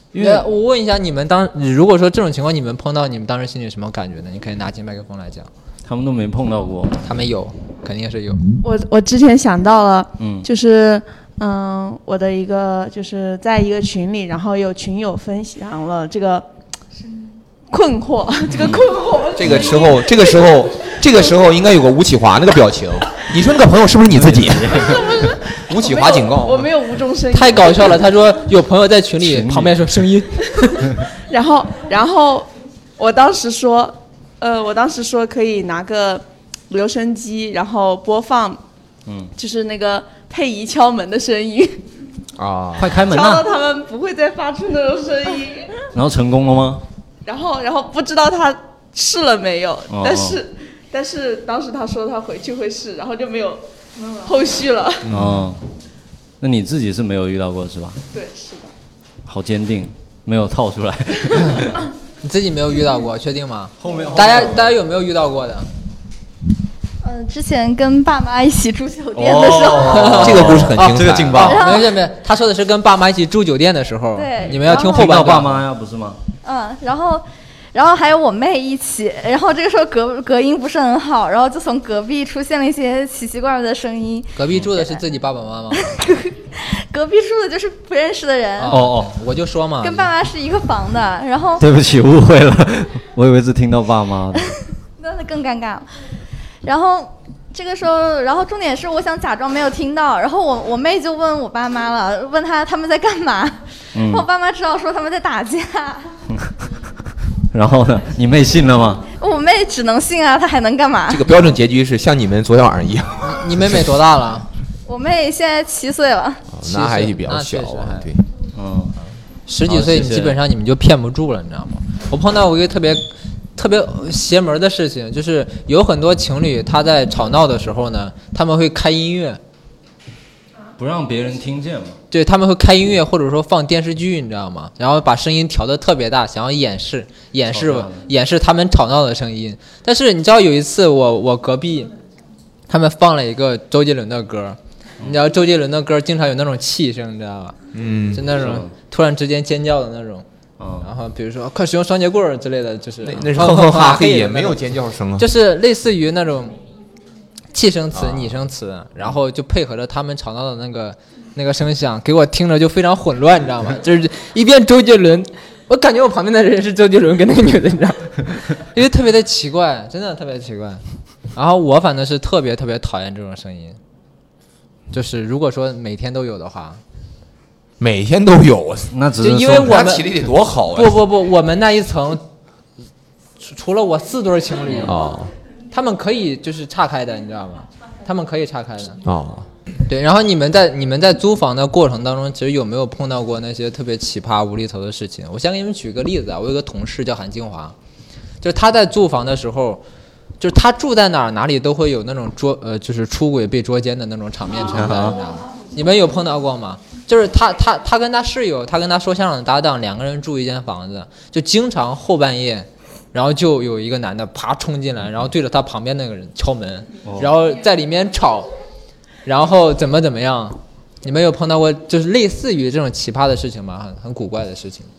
因为我问一下，你们当如果说这种情况你们碰到，你们当时心里什么感觉呢？你可以拿起麦克风来讲。 他们都没碰到过， 他们有，肯定是有。 我我之前想到了，嗯，就是嗯，我的一个就是在一个群里，然后有群友分享了这个困惑，这个困惑。 这个时候，这个时候，这个时候应该有个吴启华那个表情。你说那个朋友是不是你自己？吴启华警告我没有无中生有。 太搞笑了，他说有朋友在群里旁边说声音， 然后然后我当时说。呃，我当时说可以拿个留声机，然后播放，嗯，就是那个佩仪敲门的声音啊， 快开门啊！ 敲到他们不会再发出那种声音。 然后成功了吗？ 然后，然后不知道他试了没有， 哦、 但是，但是当时他说他回去会试，然后就没有后续了。 哦，那你自己是没有遇到过是吧？ 对，是的。 好坚定，没有套出来。 你自己没有遇到过，确定吗？ 后面大家大家有没有遇到过的？ 嗯、呃，之前跟爸妈一起住酒店的时候， 哦、这个故事很精彩， 这个劲爆。 没事没事，他说的是跟爸妈一起住酒店的时候， 对， 你们要听后半段。 爸妈呀，不是吗？ 嗯，然后。然后还有我妹一起，然后这个时候隔隔音不是很好，然后就从隔壁出现了一些奇奇怪怪的声音。 隔壁住的是自己爸爸妈妈吗？ 隔壁住的就是不认识的人。 哦哦， 我就说嘛， 跟爸妈是一个房的，然后。 对不起，误会了，我以为是听到爸妈的。 那是更尴尬。然后这个时候，然后重点是我想假装没有听到，然后我我妹就问我爸妈了，问他他们在干嘛，嗯、我爸妈知道说他们在打架。 然后呢？你妹信了吗？ 我妹只能信啊，她还能干嘛？ 这个标准结局是像你们昨天晚上一样。 你妹妹多大了？ 我妹现在七岁了。 哦、那还比较小啊，对， 嗯，十几岁基本上你们就骗不住了，你知道吗？我碰到过一个特别特别邪门的事情，就是有很多情侣他在吵闹的时候呢，他们会开音乐。 不让别人听见嘛？ 对，他们会开音乐，或者说放电视剧，你知道吗？然后把声音调得特别大，想要掩饰、掩饰、掩饰他们吵闹的声音。但是你知道有一次我，我我隔壁，他们放了一个周杰伦的歌，嗯、你知道周杰伦的歌经常有那种气声，你知道吧？嗯，就那种突然之间尖叫的那种。嗯、然后比如说快使用双截棍之类的，就是那那是哼哼哈嘿也没有尖叫声啊， 就是类似于那种。气声词、拟声词，然后就配合着他们吵闹的那个那个声响，给我听着就非常混乱，你知道吗？就是一边周杰伦，我感觉我旁边的人是周杰伦跟那个女的，你知道吗？因为特别的奇怪，真的特别奇怪。然后我反正是特别特别讨厌这种声音，就是如果说每天都有的话， 每天都有， 那只是因为我们体力得多好啊！ 不不不，我们那一层除了我四对情侣啊。哦他们可以就是岔开的，你知道吗？他们可以岔开的。哦，对。然后你们在你们在租房的过程当中，其实有没有碰到过那些特别奇葩无厘头的事情？我先给你们举个例子啊，我有个同事叫韩金华，就是他在租房的时候，就是他住在哪儿哪里都会有那种捉呃就是出轨被捉奸的那种场面存在，你知道吗？你们有碰到过吗？就是他他他跟他室友，他跟他说相声的搭档两个人住一间房子，就经常后半夜。然后就有一个男的啪冲进来，然后对着他旁边那个人敲门，哦、然后在里面吵，然后怎么怎么样？你们有碰到过就是类似于这种奇葩的事情吗？很很古怪的事情。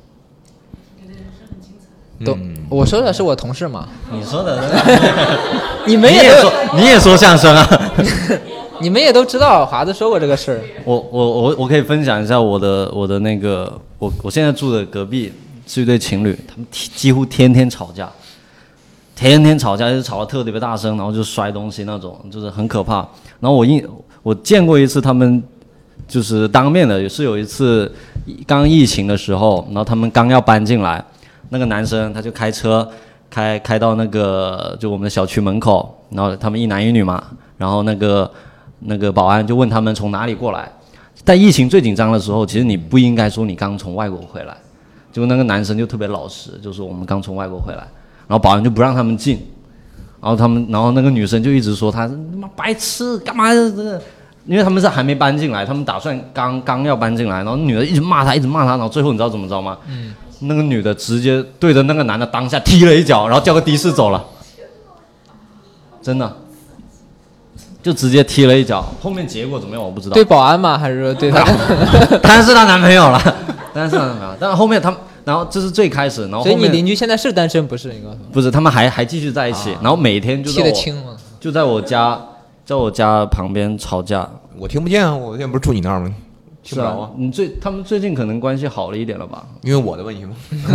都、嗯、我说的是我同事嘛？ 你说的， 你们也说你也说相声啊？ 你们也都知道，华子说过这个事儿。 我我我我可以分享一下我的我的那个我我现在住的隔壁。是一对情侣，他们几乎天天吵架，天天吵架，就是吵得特别大声，然后就摔东西那种，就是很可怕。然后我一我见过一次，他们就是当面的，也是有一次刚疫情的时候，然后他们刚要搬进来，那个男生他就开车开开到那个就我们的小区门口，然后他们一男一女嘛，然后那个那个保安就问他们从哪里过来。在疫情最紧张的时候，其实你不应该说你刚从外国回来。结果那个男生就特别老实，就说我们刚从外国回来，然后保安就不让他们进，然后他们，然后那个女生就一直说他他妈白痴干嘛这个，因为他们是还没搬进来，他们打算刚刚要搬进来，然后女的一直骂他，一直骂他，然后最后你知道怎么着吗？嗯，那个女的直接对着那个男的当下踢了一脚，然后叫个的士走了，真的。就直接踢了一脚，后面结果怎么样我不知道。 对保安吗？还是说对他？ 当然是她男朋友了。 单身没有，但是后面他们，然后这是最开始，然后后面所以你邻居现在是单身不是？你告诉我。 不是，他们还还继续在一起，啊、然后每天就踢得清吗？ 就在我家，在我家旁边吵架。 我听不见啊，我现在不是住你那儿吗？听不着啊。 你最他们最近可能关系好了一点了吧？ 因为我的问题吗？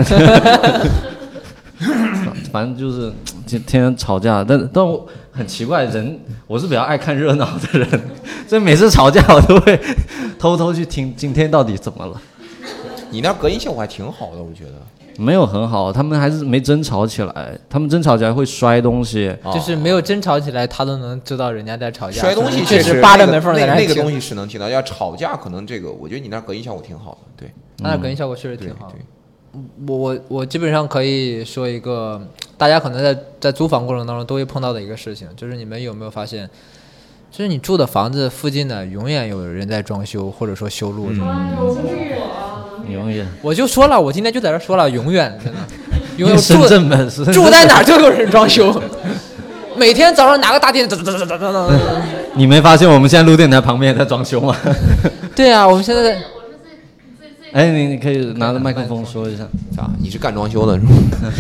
反正就是天天吵架，但但我很奇怪，人我是比较爱看热闹的人，所以每次吵架我都会偷偷去听今天到底怎么了。 你那隔音效果还挺好的，我觉得。 没有很好，他们还是没争吵起来。他们争吵起来会摔东西， 就是没有争吵起来，他都能知道人家在吵架。 摔东西确实扒着门缝在那那个东西是能听到。要吵架，可能这个，我觉得你那隔音效果挺好的。对， 他那隔音效果确实挺好的。我我我基本上可以说一个，大家可能在在租房过程当中都会碰到的一个事情，就是你们有没有发现，就是你住的房子附近呢，永远有人在装修或者说修路什么的。 永远， 我就说了，我今天就在这说了，永远真的，永远深圳本住住在哪就有人装修，每天早上拿个大电， 你没发现我们现在录电台旁边也在装修吗？ 对啊，我们现在在。 哎，你你可以拿着麦克风说一下， 啊，你是干装修的是吗？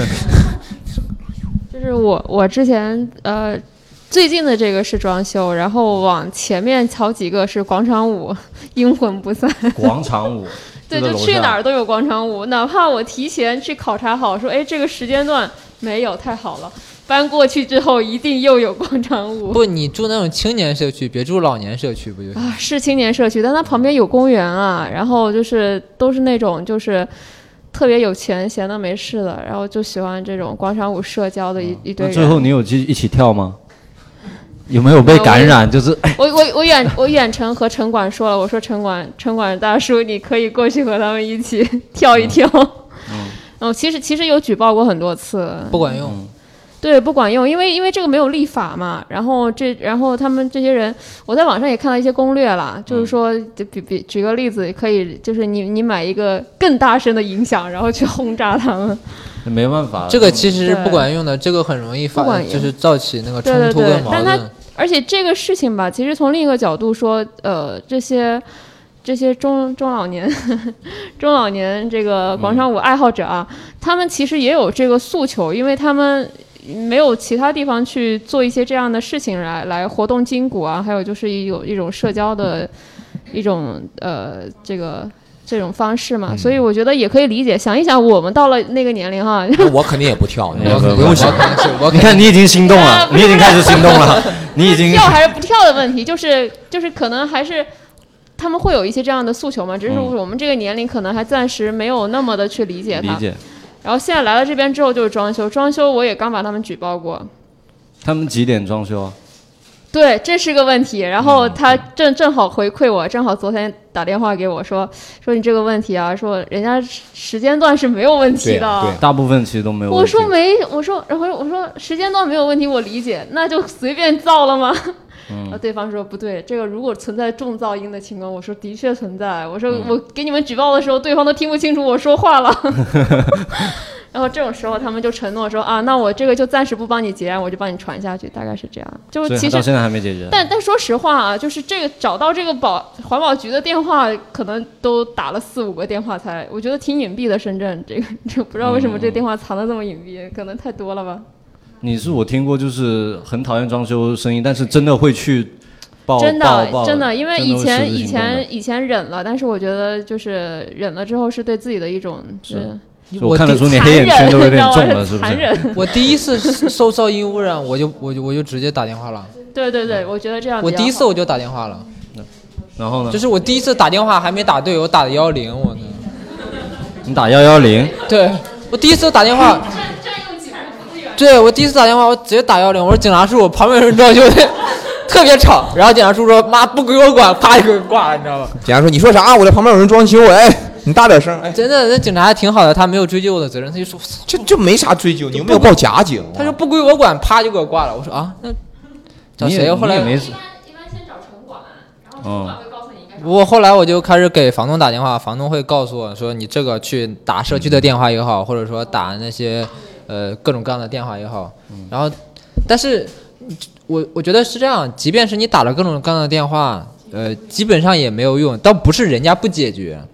就是我我之前呃最近的这个是装修，然后往前面好几个是广场舞，阴魂不散。 广场舞。 对，就去哪儿都有广场舞，哪怕我提前去考察好，说，哎，这个时间段没有，太好了，搬过去之后一定又有广场舞。 不，你住那种青年社区，别住老年社区，不就行？ 啊，是青年社区，但它旁边有公园啊，然后就是都是那种就是特别有钱、闲的没事的，然后就喜欢这种广场舞社交的一、嗯、一堆人。 最后你有去一起跳吗？有没有被感染？就是我我我远我远程和城管说了，我说城管城管大叔，你可以过去和他们一起跳一跳。嗯，嗯，其实其实有举报过很多次， 不管用。 嗯、对，不管用，因为因为这个没有立法嘛。然后这然后他们这些人，我在网上也看到一些攻略了，就是说，就比比举个例子，可以就是你你买一个更大声的音响，然后去轰炸他们。 没办法， 这个其实是不管用的，这个很容易发，就是造起那个冲突跟矛盾。 对对对，但他而且这个事情吧，其实从另一个角度说，呃，这些这些中中老年呵呵中老年这个广场舞爱好者啊，嗯、他们其实也有这个诉求，因为他们没有其他地方去做一些这样的事情来来活动筋骨啊，还有就是有一种社交的一种呃这个。这种方式嘛，所以我觉得也可以理解。想一想，我们到了那个年龄哈， 我肯定也不跳， 你不用想。你看，你已经心动了，你已经开始心动了，你已经跳还是不跳的问题，就是就是可能还是他们会有一些这样的诉求嘛，只是我们这个年龄可能还暂时没有那么的去理解它。 理解。 然后现在来了这边之后就是装修，装修我也刚把他们举报过。 他们几点装修啊？ 对，这是个问题。然后他正正好回馈我，正好昨天打电话给我说，说你这个问题啊，说人家时间段是没有问题的， 对啊对，大部分其实都没有问题。 我说没，我说，然后我说时间段没有问题，我理解，那就随便造了吗？嗯，对方说不对，这个如果存在重噪音的情况，我说的确存在。我说、嗯、我给你们举报的时候，对方都听不清楚我说话了。然后这种时候，他们就承诺说啊，那我这个就暂时不帮你结案，我就帮你传下去，大概是这样。就其实到现在还没解决。 但但说实话啊，就是这个找到这个保环保局的电话，可能都打了四五个电话才，我觉得挺隐蔽的。深圳这个，这不知道为什么这个电话藏得这么隐蔽，嗯、可能太多了吧。 你是我听过，就是很讨厌装修声音，但是真的会去报。 真的真的， 因为以前以前以前忍了，但是我觉得就是忍了之后是对自己的一种是。 我看得出你黑眼圈都有点重了，是不是？ 我第一次受噪音污染，我就我就我就直接打电话了。 对对对，我觉得这样。 我第一次我就打电话了。 然后呢？ 就是我第一次打电话还没打对，我打的幺零，我呢。 你打幺幺零？ 对，我第一次打电话。对，我第一次打电话，我直接打幺零，我说警察叔，我旁边有人装修的，特别吵。然后警察叔说：“妈，不归我管，啪就给我挂了，你知道吗？” 警察说：“你说啥？我在旁边有人装修，哎。”你大点声！哎， 真的，那警察还挺好的，他没有追究我的责任，他就说这这没啥追究，你有没有报假警、啊？ 他说不归我管，啪就给我挂了。我说啊，那找谁？后来也没事。 一般先找城管，然后城管会告诉你应该。 我后来我就开始给房东打电话，房东会告诉我说你这个去打社区的电话也好，或者说打那些呃各种各样的电话也好，然后，但是我我觉得是这样，即便是你打了各种各样的电话，呃，基本上也没有用，倒不是人家不解决。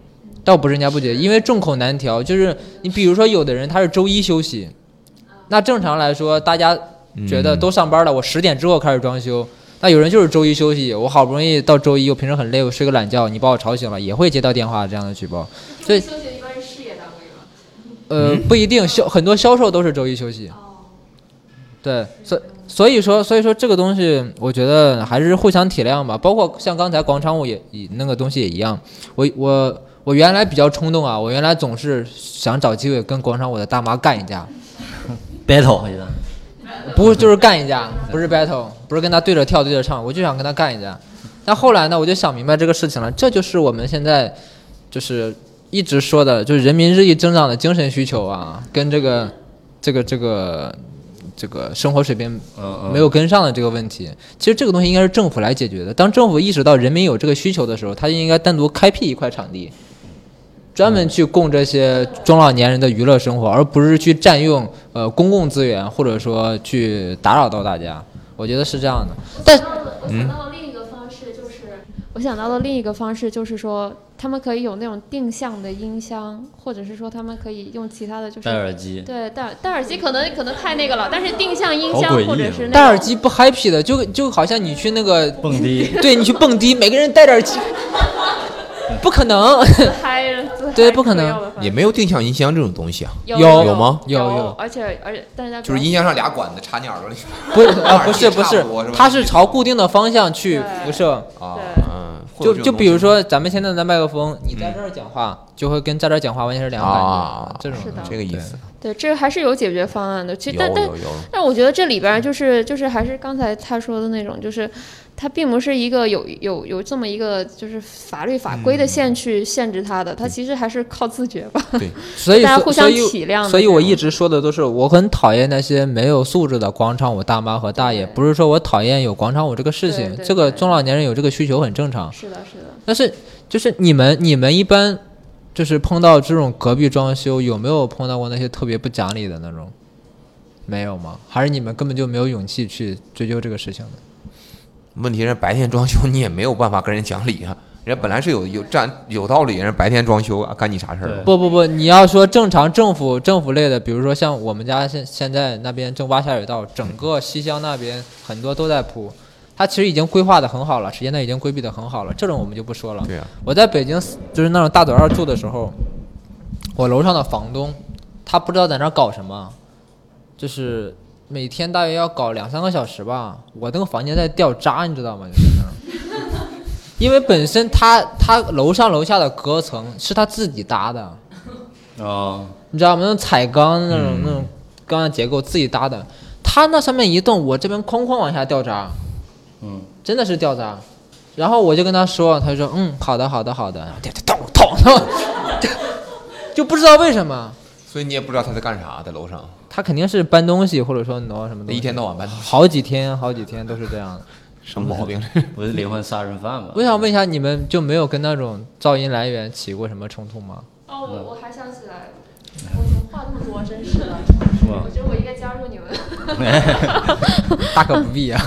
倒不是人家不觉得，因为众口难调。就是你比如说，有的人他是周一休息，那正常来说，大家觉得都上班了，我十点之后开始装修。那有人就是周一休息，我好不容易到周一，我平时很累，我睡个懒觉，你把我吵醒了，也会接到电话这样的举报。所以， 休息一般是事业单位吗？ 呃，不一定，销很多销售都是周一休息。对，所所以说，所以说这个东西，我觉得还是互相体谅吧。包括像刚才广场舞也那个东西也一样，我我我原来比较冲动啊，我原来总是想找机会跟广场舞的大妈干一架 ，battle 我觉得。 不是，就是干一架，不是 battle， 不是跟他对着跳对着唱，我就想跟他干一架。但后来呢，我就想明白这个事情了，这就是我们现在就是一直说的，就是人民日益增长的精神需求啊，跟这个这个这个这个生活水平没有跟上的这个问题。其实这个东西应该是政府来解决的。当政府意识到人民有这个需求的时候，他就应该单独开辟一块场地，专门去供这些中老年人的娱乐生活，而不是去占用呃公共资源，或者说去打扰到大家。我觉得是这样的。但我想到了另一个方式，就是、嗯、我想到的另一个方式就是说，他们可以有那种定向的音箱，或者是说他们可以用其他的，就是戴耳机。 对，戴戴耳机可能可能太那个了，但是定向音箱或者是那戴耳机不 happy 的，就就好像你去那个蹦迪， 对你去蹦迪，每个人戴着耳机。不可能，对，不可能， 也没有定向音箱这种东西啊， 有有吗？ 有有， 而且而且，但是它就是音箱上俩管子插你耳朵里， 不是啊，不是不是，它是朝固定的方向去辐射啊，嗯， 就就比如说咱们现在的麦克风，你在这儿讲话，就会跟在这儿讲话完全是两个感觉，这种这个意思。 对，这个还是有解决方案的。其实但但但我觉得这里边就是就是还是刚才他说的那种，就是它并不是一个有有有这么一个就是法律法规的线去限制它的，它其实还是靠自觉吧。 对， 所以大家互相体谅。 所以我一直说的都是，我很讨厌那些没有素质的广场舞大妈和大爷，不是说我讨厌有广场舞这个事情，这个中老年人有这个需求很正常。 是的，是的。 但是就是你们你们一般。就是碰到这种隔壁装修，有没有碰到过那些特别不讲理的那种？没有吗？还是你们根本就没有勇气去追究这个事情的？ 问题是白天装修你也没有办法跟人讲理啊，人家本来是有有站有道理，人家白天装修啊，干你啥事儿？ 不不不，你要说正常政府政府类的，比如说像我们家现现在那边正挖下水道，整个西乡那边很多都在铺。它其实已经规划的很好了，时间段已经规避的很好了，这种我们就不说了。 对啊， 我在北京就是那种大早上住的时候，我楼上的房东，他不知道在那搞什么，就是每天大约要搞两三个小时吧。我那个房间在掉渣，你知道吗？就是那种，因为本身他他楼上楼下的隔层是他自己搭的， 哦， 你知道吗？那种彩钢那种、嗯、那种钢的结构自己搭的，他那上面一动，我这边哐哐往下掉渣。 嗯， 真的是掉渣，然后我就跟他说，他就说嗯，好的，好的，好的，咚咚咚，就不知道为什么， 所以你也不知道他在干啥，在楼上， 他肯定是搬东西，或者说挪什么的， 一天到晚搬东西， 好几天，好几天都是这样的， 什么毛病？ 不是连环杀人犯吗？ 我想问一下，你们就没有跟那种噪音来源起过什么冲突吗？ 哦，我我还想起来，我怎么话这么多，真是的，我觉得我应该加入你们。 大可不必啊！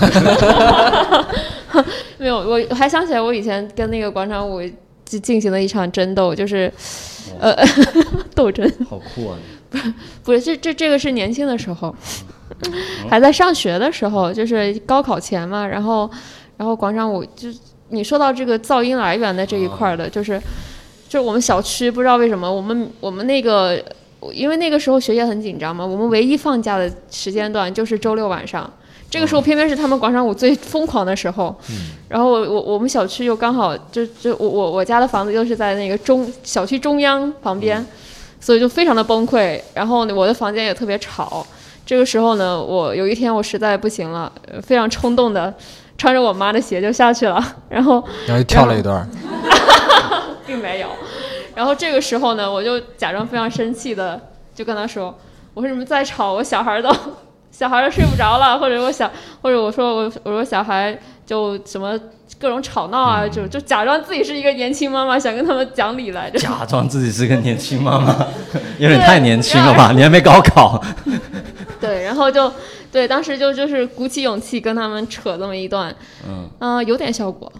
没有，我还想起来，我以前跟那个广场舞进行了一场争斗，就是呃斗争。 好酷啊！ 不是，不是，这这这个是年轻的时候，还在上学的时候，就是高考前嘛，然后然后广场舞就你说到这个噪音来源的这一块的，就是就是我们小区不知道为什么我们我们那个。因为那个时候学业很紧张嘛，我们唯一放假的时间段就是周六晚上，这个时候偏偏是他们广场舞最疯狂的时候。嗯、然后我我我们小区又刚好就就我我我家的房子又是在那个中小区中央旁边，嗯、所以就非常的崩溃。然后我的房间也特别吵。这个时候呢，我有一天我实在不行了，非常冲动的穿着我妈的鞋就下去了，然后然后就跳了一段， 并没有。然后这个时候呢，我就假装非常生气的，就跟他说：“我说你们再吵，我小孩都小孩都睡不着了，或者我小，或者我说我我说小孩就什么各种吵闹啊，就就假装自己是一个年轻妈妈，想跟他们讲理来着。 假装自己是个年轻妈妈，有点太年轻了吧？你还没高考。 对，然后就对，当时就就是鼓起勇气跟他们扯这么一段，嗯、呃，有点效果。”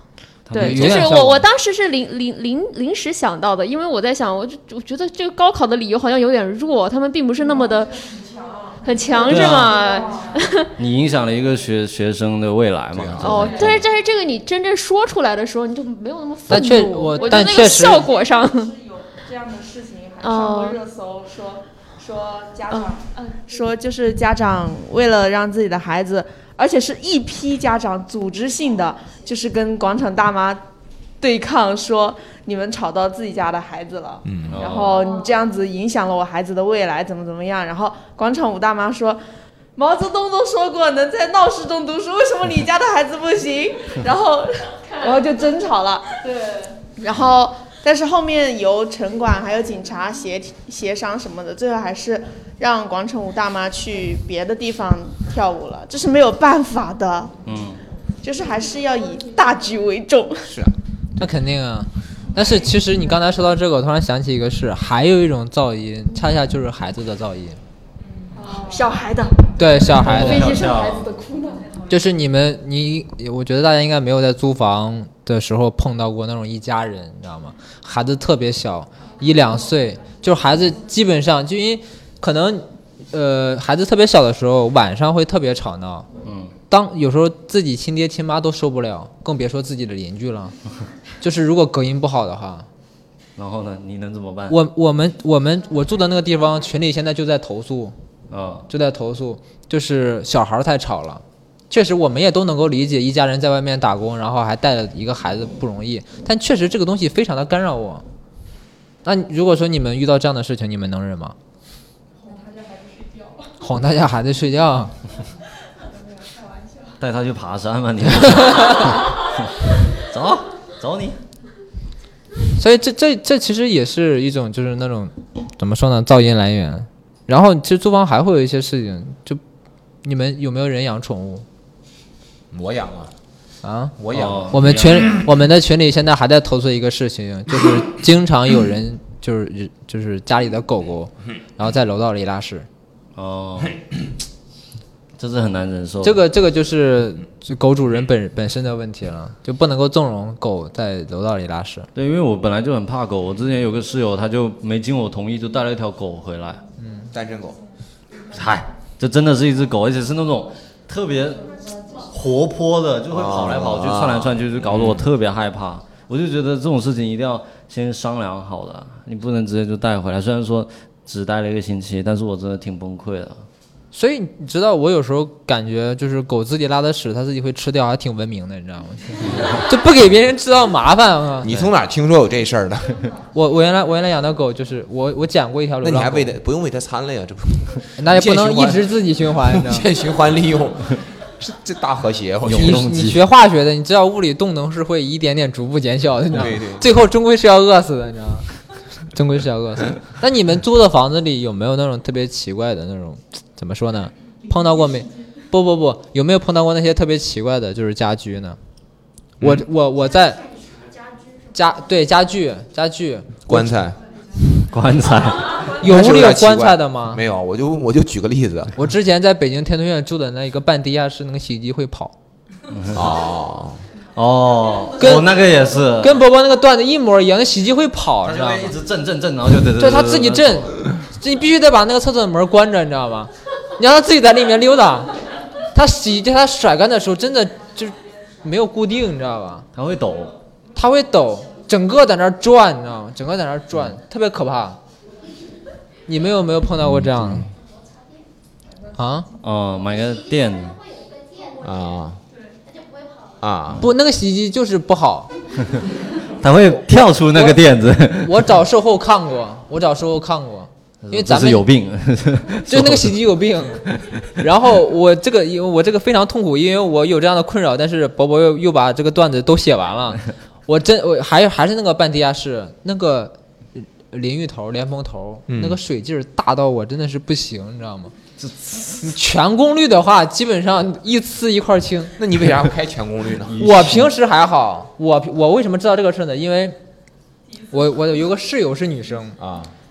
对，就是我我当时是临临临临时想到的，因为我在想，我就我觉得这个高考的理由好像有点弱，他们并不是那么的很强，是吗？ 啊、你影响了一个学学生的未来嘛？ 哦，但是但是这个你真正说出来的时候，你就没有那么愤怒。 但我我觉得那个效果上是有这样的事情，还上过热搜说。哦说家长，嗯，说就是家长为了让自己的孩子，而且是一批家长组织性的，就是跟广场大妈对抗，说你们吵到自己家的孩子了，嗯，然后你这样子影响了我孩子的未来，怎么怎么样？然后广场舞大妈说，毛泽东都说过能在闹市中读书，为什么你家的孩子不行？然后，然后就争吵了，对，然后。但是后面由城管还有警察协协商什么的，最后还是让广场舞大妈去别的地方跳舞了，这是没有办法的。嗯，就是还是要以大局为重。 是啊， 那肯定啊。但是其实你刚才说到这个，我突然想起一个事，还有一种噪音，恰恰就是孩子的噪音。 哦，小孩的。 对，小孩的。 飞机上孩子的哭闹。 就是你们，你，我觉得大家应该没有在租房的时候碰到过那种一家人，你知道吗？孩子特别小，一两岁，就是孩子基本上就因为可能，呃，孩子特别小的时候，晚上会特别吵闹。嗯。当有时候自己亲爹亲妈都受不了，更别说自己的邻居了。就是如果隔音不好的话。 然后呢？你能怎么办？ 我我们我们我住的那个地方，群里现在就在投诉。 哦。 就在投诉，就是小孩太吵了。确实我们也都能够理解一家人在外面打工，然后还带了一个孩子不容易，但确实这个东西非常的干扰我。那如果说你们遇到这样的事情，你们能忍吗？ 哄他家孩子睡觉。 哄他家孩子睡觉。 带他去爬山嘛，你。走走你。 所以这这这其实也是一种就是那种怎么说呢，噪音来源。然后其实租房还会有一些事情，就你们有没有人养宠物？ 我养啊， 啊， 我养、哦。 我们群我们的群里现在还在投诉一个事情，就是经常有人就是就是家里的狗狗，然后在楼道里拉屎。 哦，这是很难忍受。 这个这个就是狗主人本本身的问题了，就不能够纵容狗在楼道里拉屎。 对，因为我本来就很怕狗，我之前有个室友，他就没经我同意就带了一条狗回来。 嗯，单身狗。 嗨，这真的是一只狗，而且是那种特别活泼的，就会跑来跑去、窜来窜去，就搞得我特别害怕。我就觉得这种事情一定要先商量好的，你不能直接就带回来。虽然说只待了一个星期，但是我真的挺崩溃的。 所以你知道，我有时候感觉就是狗自己拉的屎，它自己会吃掉，还挺文明的，你知道吗？就不给别人制造麻烦啊！ 你从哪听说有这事儿的？ 我我原来我原来养的狗就是我我捡过一条流浪狗。 那你还喂它不用喂它餐了呀？这不， 那也不能一直自己循环，你知道吗？ 无限循环利用，这这大和谐。 你你学化学的，你知道物理动能是会一点点逐步减小的，你知道吗？ 对对。 最后终归是要饿死的，你知道吗？终归是要饿死。那你们租的房子里有没有那种特别奇怪的那种？怎么说呢？碰到过没？不不不，有没有碰到过那些特别奇怪的，就是家居呢？我我我在家对家具家具棺材棺材有屋里有棺材的吗？ 没有，我就我就举个例子， 我之前在北京天通苑住的那一个半地下室，那个洗衣机会跑。 哦哦， 跟我那个也是， 跟伯伯那个段子一模一样，那洗衣机会跑， 它知道吗？ 一直震震震，然后就对对对，它自己震，你必须得把那个厕所门关着，你知道吗？你让它自己在里面溜达，它洗衣机它甩干的时候真的就是没有固定，你知道吧？ 它会抖， 它会抖，整个在那儿转，你知道吗？整个在那儿转，特别可怕。你们有没有碰到过这样？啊？ 哦，买个电啊啊！ 不，那个洗衣机就是不好。 它会跳出那个垫子。 我, 我找售后看过，我找售后看过。因为咱们是有病， 就那个洗衣机有病。然后我这个，因为我这个非常痛苦，因为我有这样的困扰，但是伯伯又又把这个段子都写完了。我真我还还是那个半地下室，那个淋浴头、莲蓬头，嗯、那个水劲儿大到我真的是不行，你知道吗？你全功率的话，基本上一呲一块清。 那你为啥不开全功率呢？ 我平时还好，我我为什么知道这个事呢？因为我我有个室友是女生啊。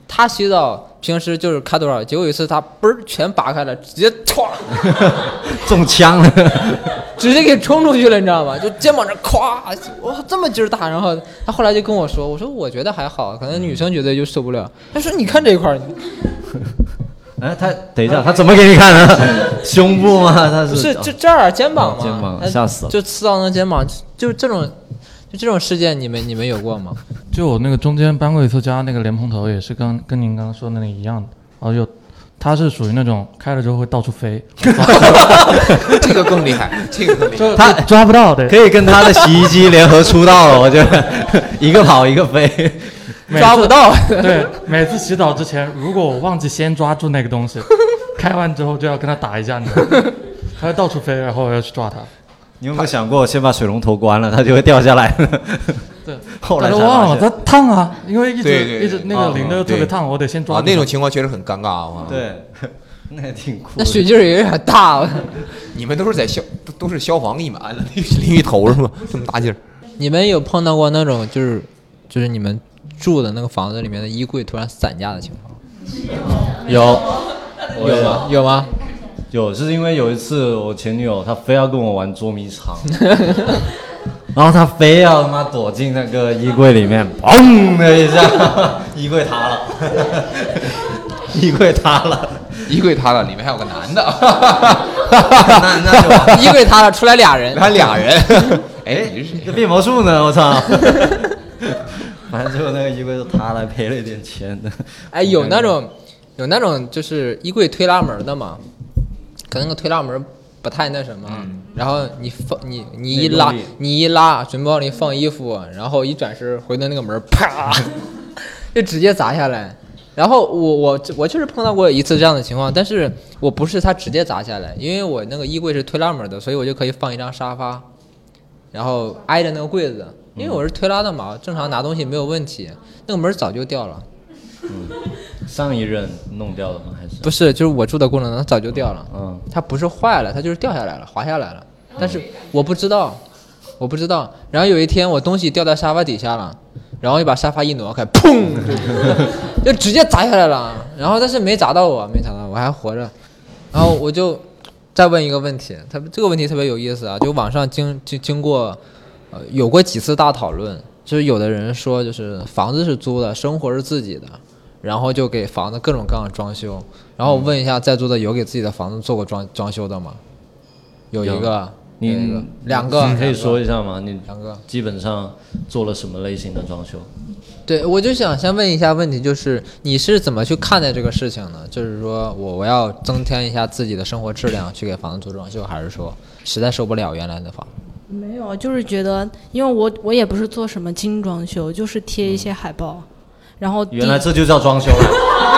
他洗澡平时就是开多少，结果有一次他嘣儿全拔开了，直接唰中枪了， 直接给冲出去了，你知道吗？就肩膀这咵，哇，这么劲儿大。然后他后来就跟我说，我说我觉得还好，可能女生觉得就受不了。他说你看这一块儿。 哎，他等一下，他怎么给你看呢？胸部吗？他是不是这这儿肩膀吗？ 哦、肩膀吓死了， 就刺到那肩膀，就这种，就这种事件，你们你们有过吗？ 就我那个中间搬过一次家，那个莲蓬头也是跟跟您刚刚说的那个一样的，然后就它是属于那种开了之后会到处飞， 这个更厉害，这个更厉害， 他抓不到，对， 可以跟他的洗衣机联合出道了，我觉得一个跑一个飞。 抓不到。 对，每次洗澡之前，如果我忘记先抓住那个东西，开完之后就要跟他打一架，他会到处飞，然后我要去抓他。 你有没有想过，先把水龙头关了，它就会掉下来？ 对， 后来才忘了，它烫啊，因为一直对对对一直那个淋的特别烫，我得先抓住。 啊，那种情况确实很尴尬啊。 对，那也挺酷。 那水劲儿也有点大。 你们都是在消都都是消防一满的淋浴头是吗？这么大劲儿。 你们有碰到过那种就是就是你们住的那个房子里面的衣柜突然散架的情况？ 有， 有吗？有吗？ 有，是因为有一次我前女友她非要跟我玩捉迷藏，然后她非要他妈躲进那个衣柜里面，砰的一下，衣柜塌了，衣柜塌了， 衣柜塌了，里面还有个男的， 那那就衣柜塌了，出来俩人， 还俩人，哎， 这变魔术呢，我操！反正最后那个衣柜都塌了，赔了一点钱的。 哎，有那种有那种就是衣柜推拉门的嘛，可能那个推拉门不太那什么，嗯、然后你放你你一拉你一拉，准备往里放衣服，然后一转身回到那个门，啪，就直接砸下来。然后我我我确实碰到过一次这样的情况，但是我不是它直接砸下来，因为我那个衣柜是推拉门的，所以我就可以放一张沙发，然后挨着那个柜子。因为我是推拉的嘛，正常拿东西没有问题，那个门早就掉了。 嗯，上一任弄掉的吗？还是不是？就是我住的过程中，它早就掉了。 嗯， 它不是坏了，它就是掉下来了，滑下来了。但是我不知道，我不知道。然后有一天我东西掉在沙发底下了，然后就把沙发一挪开，砰，就直接砸下来了。然后但是没砸到我，没砸到我，还活着。然后我就再问一个问题，它这个问题特别有意思啊，就网上经经经过。呃，有过几次大讨论，就是有的人说，就是房子是租的，生活是自己的，然后就给房子各种各样的装修。然后我问一下，在座的有给自己的房子做过装装修的吗？有一个， 你有一个两个， 你可以说一下吗？你两个基本上做了什么类型的装修？ 对，我就想先问一下问题，就是你是怎么去看待这个事情呢？就是说我我要增添一下自己的生活质量，去给房子做装修，还是说实在受不了原来的房子？ 没有，就是觉得，因为我我也不是做什么精装修，就是贴一些海报，然后原来这就叫装修了。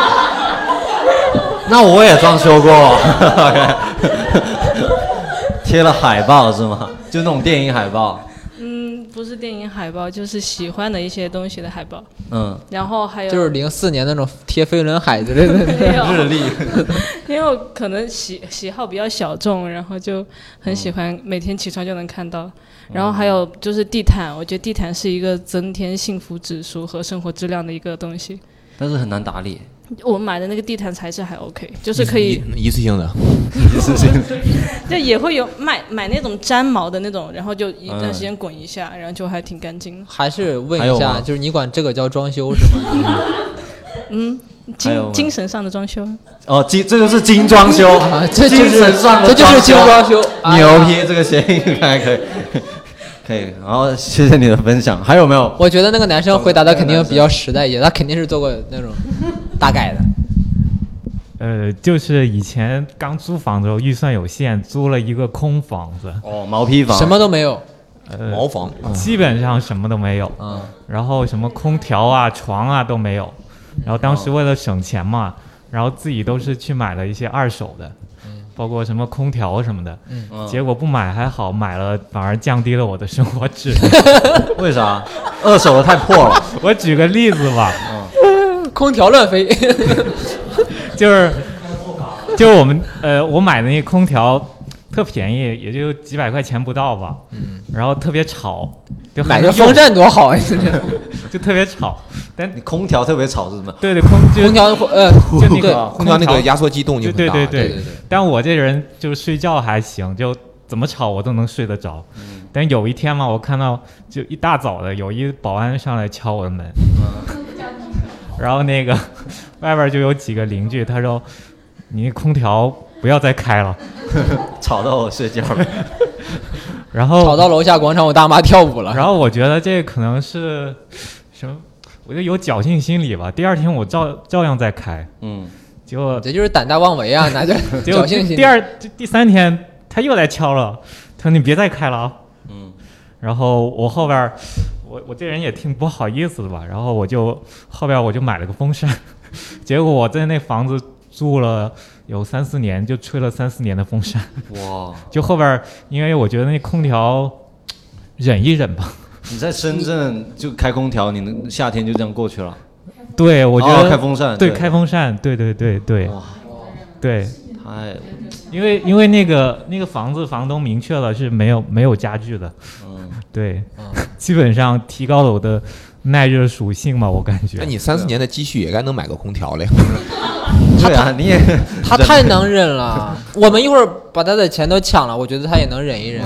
那我也装修过，贴了海报是吗？就那种电影海报。 嗯，不是电影海报，就是喜欢的一些东西的海报。 嗯， 然后还有就是零四年那种贴飞轮海之类的日历。 因为我可能喜喜好比较小众，然后就很喜欢每天起床就能看到。然后还有就是地毯，我觉得地毯是一个增添幸福指数和生活质量的一个东西。 但是很难打理。 我买的那个地毯材质还 OK， 就是可以一次性的， 一次性的， 就也会有买买那种粘毛的那种，然后就一段时间滚一下，嗯、然后就还挺干净的。 还是问一下，就是你管这个叫装修是吗？ 嗯，精精神上的装修。 哦，精这就是精装修， 啊、这精神上的这就是精装修， 牛批，这个谐音还可以。可以，然后谢谢你的分享。还有没有？ 我觉得那个男生回答的肯定比较实在一些，他肯定是做过那种大概的。 呃，就是以前刚租房的时候，预算有限，租了一个空房子。 哦，毛坯房， 什么都没有。 呃， 毛房， 基本上什么都没有。 嗯。 然后什么空调啊、床啊都没有。然后当时为了省钱嘛，然后自己都是去买了一些二手的。包括什么空调什么的，嗯，结果不买还好，买了反而降低了我的生活质量。 为啥？二手的太破了。 我举个例子吧， 嗯，空调乱飞， 就是，就我们呃，我买的那个空调特便宜，也就几百块钱不到吧，嗯，然后特别吵，就买个风扇多好啊！ 就特别吵。但你空调特别吵是什么？ 对对，空就空调呃， 就那个空调那个压缩机动静很大。 对对对对对对。 但我这人就是睡觉还行，就怎么吵我都能睡得着。嗯、但有一天嘛，我看到就一大早的有一保安上来敲我的门，嗯、然后那个外边就有几个邻居，他说：“你那空调不要再开了， 吵到我睡觉了。” 然后吵到楼下广场，我大妈跳舞了。 然后我觉得这可能是什么？我就有侥幸心理吧。第二天我照照样再开，嗯，结果这就是胆大妄为啊，那就侥幸心理。 第二第三天他又来敲了，他说你别再开了啊，嗯。然后我后边我我这人也挺不好意思的吧，然后我就后边我就买了个风扇，结果我在那房子住了有三四年，就吹了三四年的风扇。哇！就后边，因为我觉得那空调忍一忍吧。 你在深圳就开空调，你能夏天就这样过去了？ 对，我觉得、 哦、开风扇， 对，开风扇，对对对对，哇，对， 太， 因为因为那个那个房子房东明确了是没有没有家具的，嗯，对，嗯、基本上提高了我的耐热属性嘛，我感觉。 那你三四年的积蓄也该能买个空调了呀。 对啊，你也他太能忍了。我们一会儿把他的钱都抢了，我觉得他也能忍一忍。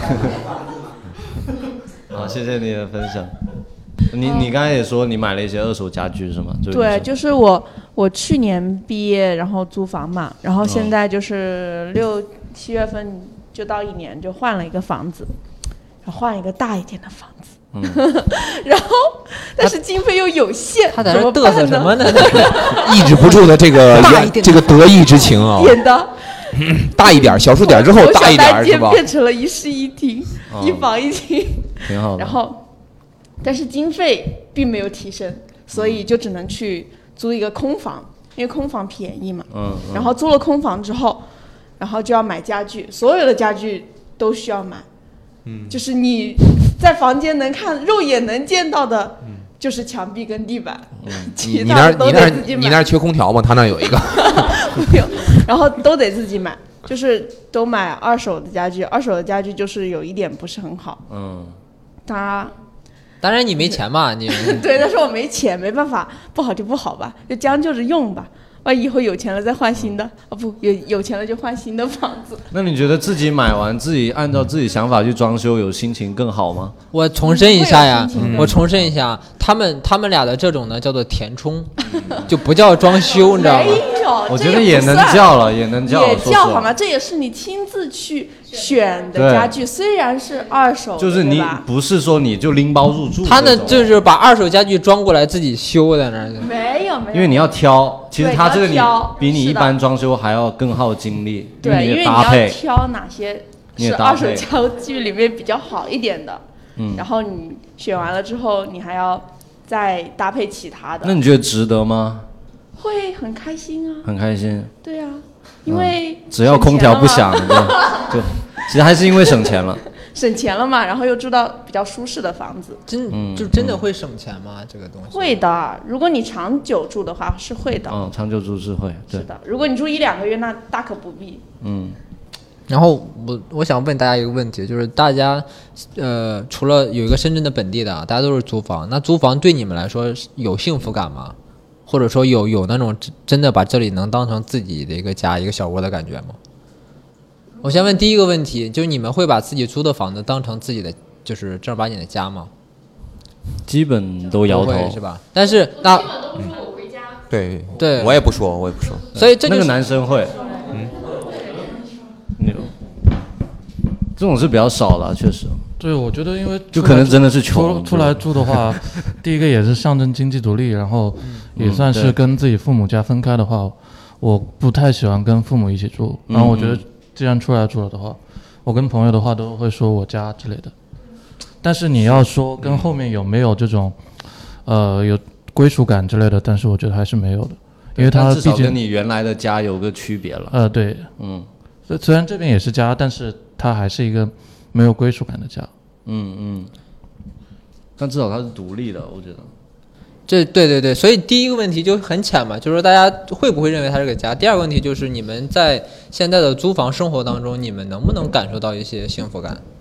好，谢谢你的分享。你你刚才也说你买了一些二手家具是吗？ 对，就是我我去年毕业，然后租房嘛，然后现在就是六七月份就到一年，就换了一个房子，然后换一个大一点的房子。嗯、然后，但是经费又有限， 他在这嘚瑟什么呢？ 抑制不住的这个这个得意之情啊！ 演的大一点，小数点之后大一点是吧？ 变成了一室一厅，哦、一房一厅， 挺好的。 然后，但是经费并没有提升，所以就只能去租一个空房，因为空房便宜嘛。嗯。嗯然后租了空房之后，然后就要买家具，所有的家具都需要买。嗯。就是你。在房间能看肉眼能见到的，就是墙壁跟地板。嗯、其他都得自己买。 你那你那缺空调吗？他那有一个。 没有，然后都得自己买，就是都买二手的家具。二手的家具就是有一点不是很好。嗯。他， 当然你没钱嘛，你。 对，但是我没钱，没办法，不好就不好吧，就将就着用吧。万一以后有钱了再换新的，啊、哦、不，有有钱了就换新的房子。 那你觉得自己买完，自己按照自己想法去装修，有心情更好吗？ 我重申一下呀，我重申一下，他们他们俩的这种呢叫做填充，就不叫装修，你知道吗？ 没有， 我觉得也能叫了，也能叫， 也叫好吗？这也是你亲自去选的家具，虽然是二手， 就是你不是说你就拎包入住。 他呢就是把二手家具装过来自己修在那儿。 没有没有， 因为你要挑。其实它这个你比你一般装修还要更耗精力， 对， 因为你要挑哪些是二手家具里面比较好一点的，嗯，然后你选完了之后，你还要再搭配其他的。 那你觉得值得吗？ 会很开心啊， 很开心。 对啊，因为、 嗯、只要空调不响，就其实还是因为省钱了。 省钱了嘛，然后又住到比较舒适的房子， 真、嗯、就真的会省钱吗？嗯、这个东西会的，如果你长久住的话是会的。 嗯，长久住是会，对是的。如果你住一两个月，那大可不必。 嗯。然后我我想问大家一个问题，就是大家呃除了有一个深圳的本地的，大家都是租房，那租房对你们来说有幸福感吗？或者说有有那种真的把这里能当成自己的一个家、一个小窝的感觉吗？我先问第一个问题，就是你们会把自己租的房子当成自己的，就是正儿八经的家吗？ 基本都摇头， 是吧？但是那， 嗯，对对， 我也不说，我也不说。 所以这、就是、 那个男生会，嗯，那种这种是比较少了，确实。 对，我觉得因为就可能真的是穷， 出来住的话，第一个也是象征经济独立，然后也算是跟自己父母家分开的话，嗯、我不太喜欢跟父母一起住，然后我觉得。既然出来住了的话，我跟朋友的话都会说我家之类的。但是你要说跟后面有没有这种，呃，有归属感之类的，但是我觉得还是没有的，因为它毕竟跟你原来的家有个区别了。 呃，对，嗯，虽然这边也是家，但是它还是一个没有归属感的家。 嗯嗯。但至少它是独立的，我觉得。 这对对对，所以第一个问题就很浅嘛，就是说大家会不会认为它是个家？第二个问题就是你们在现在的租房生活当中，你们能不能感受到一些幸福感？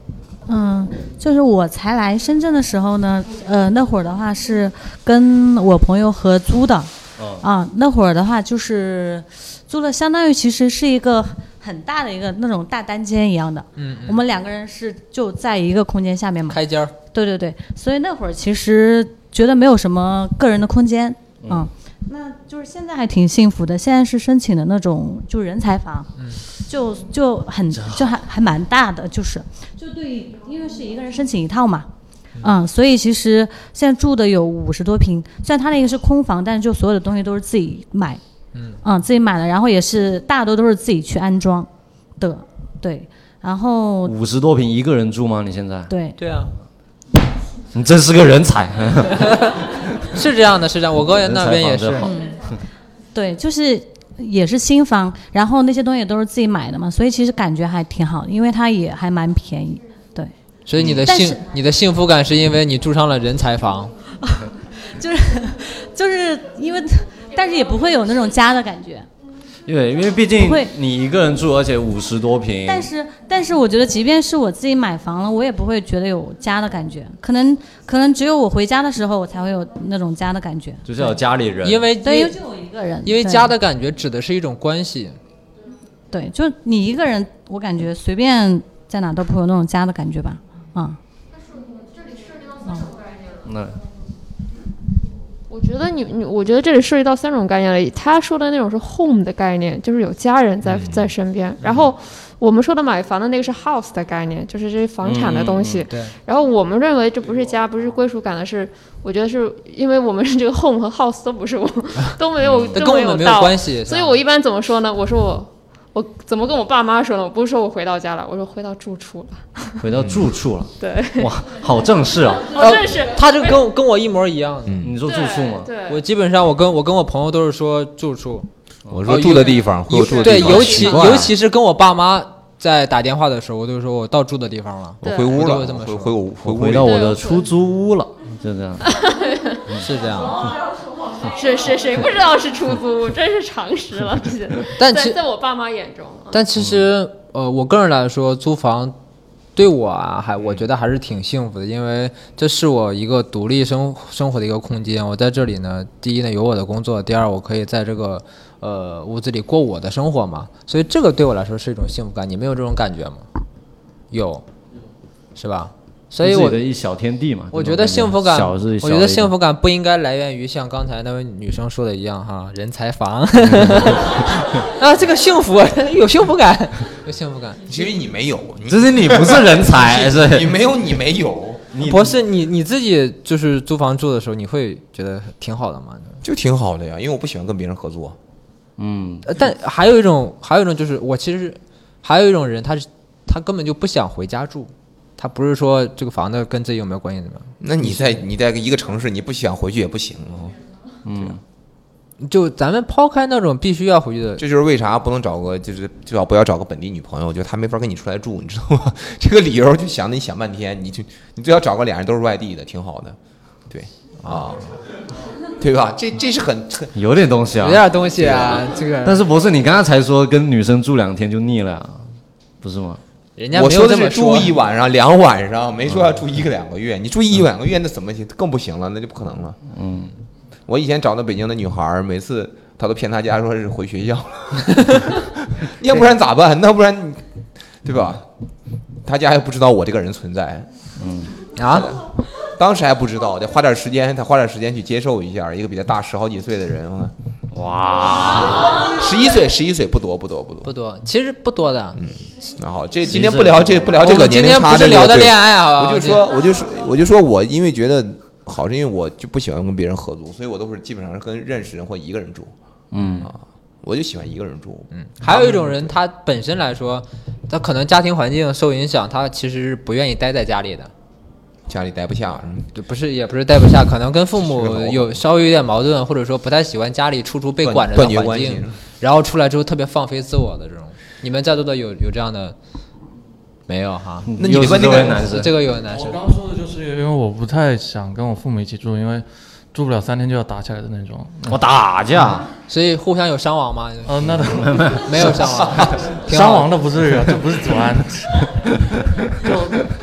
嗯，就是我才来深圳的时候呢，呃，那会儿的话是跟我朋友合租的，哦、啊，那会儿的话就是租了，相当于其实是一个很大的一个那种大单间一样的，嗯, 嗯，我们两个人是就在一个空间下面嘛， 开间儿， 对对对，所以那会儿其实觉得没有什么个人的空间，嗯。嗯那就是现在还挺幸福的，现在是申请的那种就人才房，嗯，就就很就还还蛮大的，就是就对，因为是一个人申请一套嘛，嗯，所以其实现在住的有五十多平，虽然他那个是空房，但是就所有的东西都是自己买，嗯嗯，自己买的，然后也是大多都是自己去安装的，对，然后五十多平一个人住吗？你现在？ 对对啊， 你真是个人才。 是这样的，是这样，我哥那边也是、 嗯，对，就是也是新房，然后那些东西都是自己买的嘛，所以其实感觉还挺好的，因为它也还蛮便宜，对。 所以你的幸你的幸福感是因为你住上了人才房， 就是就是因为，但是也不会有那种家的感觉。 对，因为毕竟你一个人住，而且五十多平。 但是，但是我觉得，即便是我自己买房了，我也不会觉得有家的感觉。可能，可能只有我回家的时候，我才会有那种家的感觉。 就是有家里人。 因为对，因为就我一个人。 因为家的感觉指的是一种关系。 对，就你一个人，我感觉随便在哪都不会有那种家的感觉吧，啊、嗯。 这里涉及到三种概念。 那。 我觉得你你，我觉得这里涉及到三种概念了。他说的那种是 home 的概念，就是有家人在在身边。嗯、然后我们说的买房的那个是 house 的概念，就是这些房产的东西。 嗯、对。 然后我们认为这不是家，不是归属感的是，我觉得是因为我们是这个 home 和 house 都不是我，都没有、嗯、都没有到， 跟我们没有关系。 所以我一般怎么说呢？我说我。我怎么跟我爸妈说呢？我不是说我回到家了，我说回到住处了。 回到住处了。 对。 哇，好正式啊！ 好正式。 他就跟跟我一模一样。 嗯，你说住处吗？ 对。 我基本上我跟我跟我朋友都是说住处。 我说住的地方，或者住的地方。对，尤其尤其是跟我爸妈在打电话的时候，我都说我到住的地方了， 我回屋了， 我这么说， 回我回回到我的出租屋了，就这样。 是这样。 是是谁不知道是出租，真是常识了。 但其在在我爸妈眼中， 但其实呃，我个人来说，租房对我啊，还我觉得还是挺幸福的，因为这是我一个独立生生活的一个空间。我在这里呢，第一呢有我的工作，第二我可以在这个呃屋子里过我的生活嘛，所以这个对我来说是一种幸福感。你们有这种感觉吗？有，是吧？所以我的一小天地嘛， 我觉得幸福感，我觉得幸福感不应该来源于像刚才那位女生说的一样哈，人才房啊，这个幸福有幸福感，有幸福感， 其实你没有， 只是你不是人才，是你没有，你没有， 你不是你你自己就是租房住的时候，你会觉得挺好的吗？ 就挺好的呀，因为我不喜欢跟别人合租。 嗯， 但还有一种，还有一种就是我其实还有一种人，他是他根本就不想回家住。他不是说这个房子跟自己有没有关系的吗？ 那你在你在一个城市，你不想回去也不行啊。 嗯， 就咱们抛开那种必须要回去的， 这就是为啥不能找个，就是最好不要找个本地女朋友，就他没法跟你出来住，你知道吗？这个理由就想你想半天，你就你最好找个俩人都是外地的，挺好的，对啊，对吧？这这是很很有点东西啊， 有点东西啊，这个。 但是博士，你刚刚才说跟女生住两天就腻了呀，不是吗？ 人家没有这么说， 我说的是住一晚上、两晚上，没说要住一个两个月。你住一两个月，那怎么行？更不行了，那就不可能了。 嗯， 我以前找的北京的女孩，每次她都骗她家说是回学校了，要不然咋办？那不然，对吧？她家还不知道我这个人存在。 嗯啊， 当时还不知道，得花点时间，得花点时间去接受一下一个比她大十好几岁的人。 哇， 十一岁，十一岁不多，不多，不多， 不多，其实不多的。 嗯，那好，这今天不聊这不聊这个年龄差， 今天不是聊的恋爱啊， 我就说，我就说，我就说我因为觉得好，是因为我就不喜欢跟别人合租，所以我都是基本上是跟认识人或一个人住。 嗯啊，我就喜欢一个人住。 嗯，还有一种人，他本身来说，他可能家庭环境受影响，他其实是不愿意待在家里的。 家里待不下， 不是，也不是待不下，可能跟父母有稍微有点矛盾，或者说不太喜欢家里处处被管着的环境，然后出来之后特别放飞自我的这种。你们在座的有有这样的没有哈？ 那你问那个男生， 这个有男生。 我刚说的就是因为我不太想跟我父母一起住，因为住不了三天就要打起来的那种。 我打架， 所以互相有伤亡吗？ 哦，那倒没没有伤亡， 伤亡的不至于，这不是祖安。 就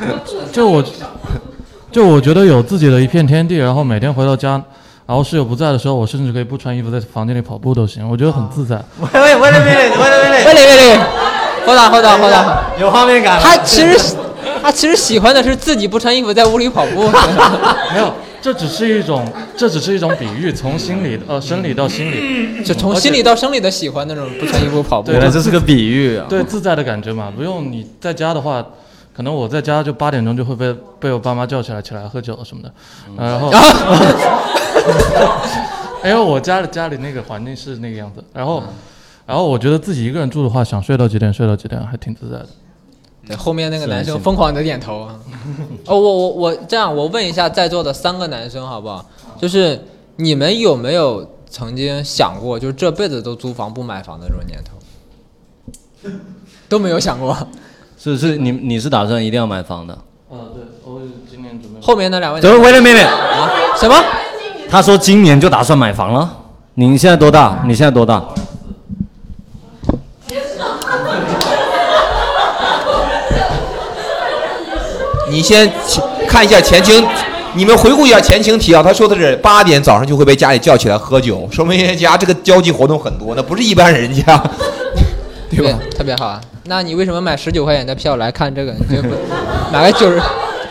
就我，就我觉得有自己的一片天地，然后每天回到家，然后室友不在的时候，我甚至可以不穿衣服在房间里跑步都行，我觉得很自在。 喂喂喂喂喂喂喂喂喂喂，好的好的好的， 有画面感。 他其实他其实喜欢的是自己不穿衣服在屋里跑步。 没有。这只是一种，这只是一种比喻，从心理呃生理到心理， 就从心理到生理的喜欢那种不穿衣服跑步。 原来这是个比喻啊。 对，自在的感觉嘛，不用你在家的话，可能我在家就八点钟就会被被我爸妈叫起来起来喝酒什么的，嗯、然后，因为我家里家里那个环境是那个样子，然后，然后我觉得自己一个人住的话，想睡到几点睡到几点，还挺自在的。 对，后面那个男生疯狂的点头。哦，我我我这样，我问一下在座的三个男生好不好？就是你们有没有曾经想过，就是这辈子都租房不买房的这种念头？都没有想过。 是是，你你是打算一定要买房的？ 嗯，对，我今年准备。 后面那两位。 等会，喂喂喂喂， 啊？什么？ 他说今年就打算买房了。您现在多大？你现在多大？ 你先看一下前情，你们回顾一下前情提要。他说的是八点早上就会被家里叫起来喝酒，说明人家这个交际活动很多，那不是一般人家，对吧？ 对，特别好啊。那你为什么买十九块钱的票来看这个？你就不买个九十？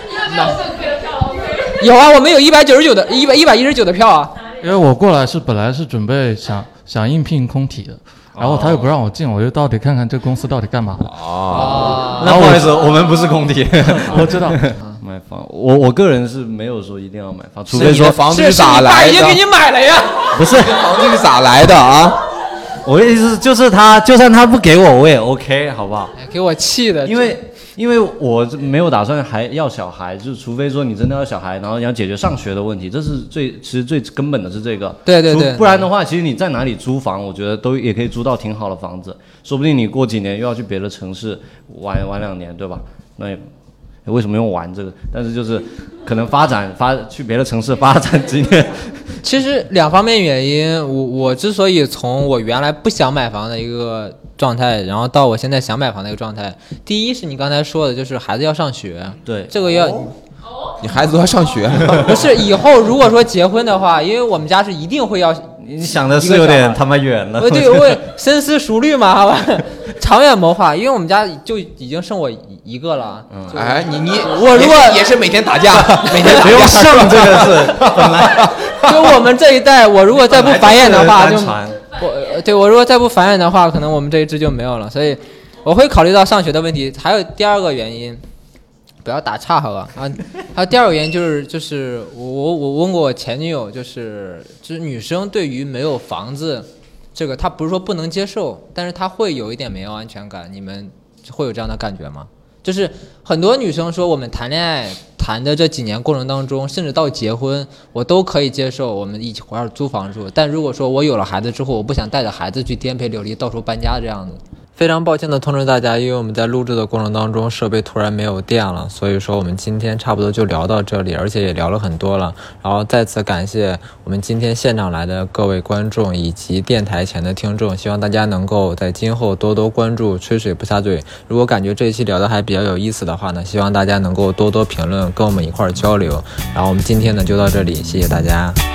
有啊，我们有一百九十九的，一百一百一十九的票啊。 因为我过来是本来是准备想想应聘空体的。然后他又不让我进，我就到底看看这公司到底干嘛。 哦，那不好意思，我们不是空体。 我知道。 买房，我我个人是没有说一定要买房，除非说房子是咋来的？ 已经给你买了呀。 不是， 房子是咋来的啊？ 我的意思就是他，就算他不给我，我也 OK， 好不好？ 给我气的， 因为。因为我没有打算还要小孩，就除非说你真的要小孩，然后你要解决上学的问题，这是最其实最根本的是这个。 对对对。 不然的话，其实你在哪里租房，我觉得都也可以租到挺好的房子，说不定你过几年又要去别的城市玩玩两年，对吧？那也为什么用玩这个？但是就是可能发展发去别的城市发展几年。 其实两方面原因，我我之所以从我原来不想买房的一个状态，然后到我现在想买房的一个状态，第一是你刚才说的，就是孩子要上学， 对， 这个要， 哦、你孩子都要上学， 不是以后如果说结婚的话，因为我们家是一定会要， 你想的是有点他妈远了， 对，我深思熟虑嘛，好吧，长远谋划，因为我们家就已经剩我一个了， 嗯，哎，你你我如果也是每天打架，每天打架不用剩这个是本来。 就我们这一代，我如果再不繁衍的话，就我对我如果再不繁衍的话，可能我们这一支就没有了。所以我会考虑到上学的问题。还有第二个原因，不要打岔好吧？啊，还有第二个原因就是就是我我我问过我前女友，就是就是女生对于没有房子这个，她不是说不能接受，但是她会有一点没有安全感。你们会有这样的感觉吗？就是很多女生说，我们谈恋爱谈的这几年过程当中，甚至到结婚，我都可以接受我们一起块租房住。但如果说我有了孩子之后，我不想带着孩子去颠沛流离，到处搬家这样子。非常抱歉的通知大家，因为我们在录制的过程当中，设备突然没有电了，所以说我们今天差不多就聊到这里，而且也聊了很多了。然后再次感谢我们今天现场来的各位观众以及电台前的听众，希望大家能够在今后多多关注吹水不下嘴。如果感觉这一期聊的还比较有意思的话呢，希望大家能够多多评论，跟我们一块儿交流。然后我们今天呢就到这里，谢谢大家。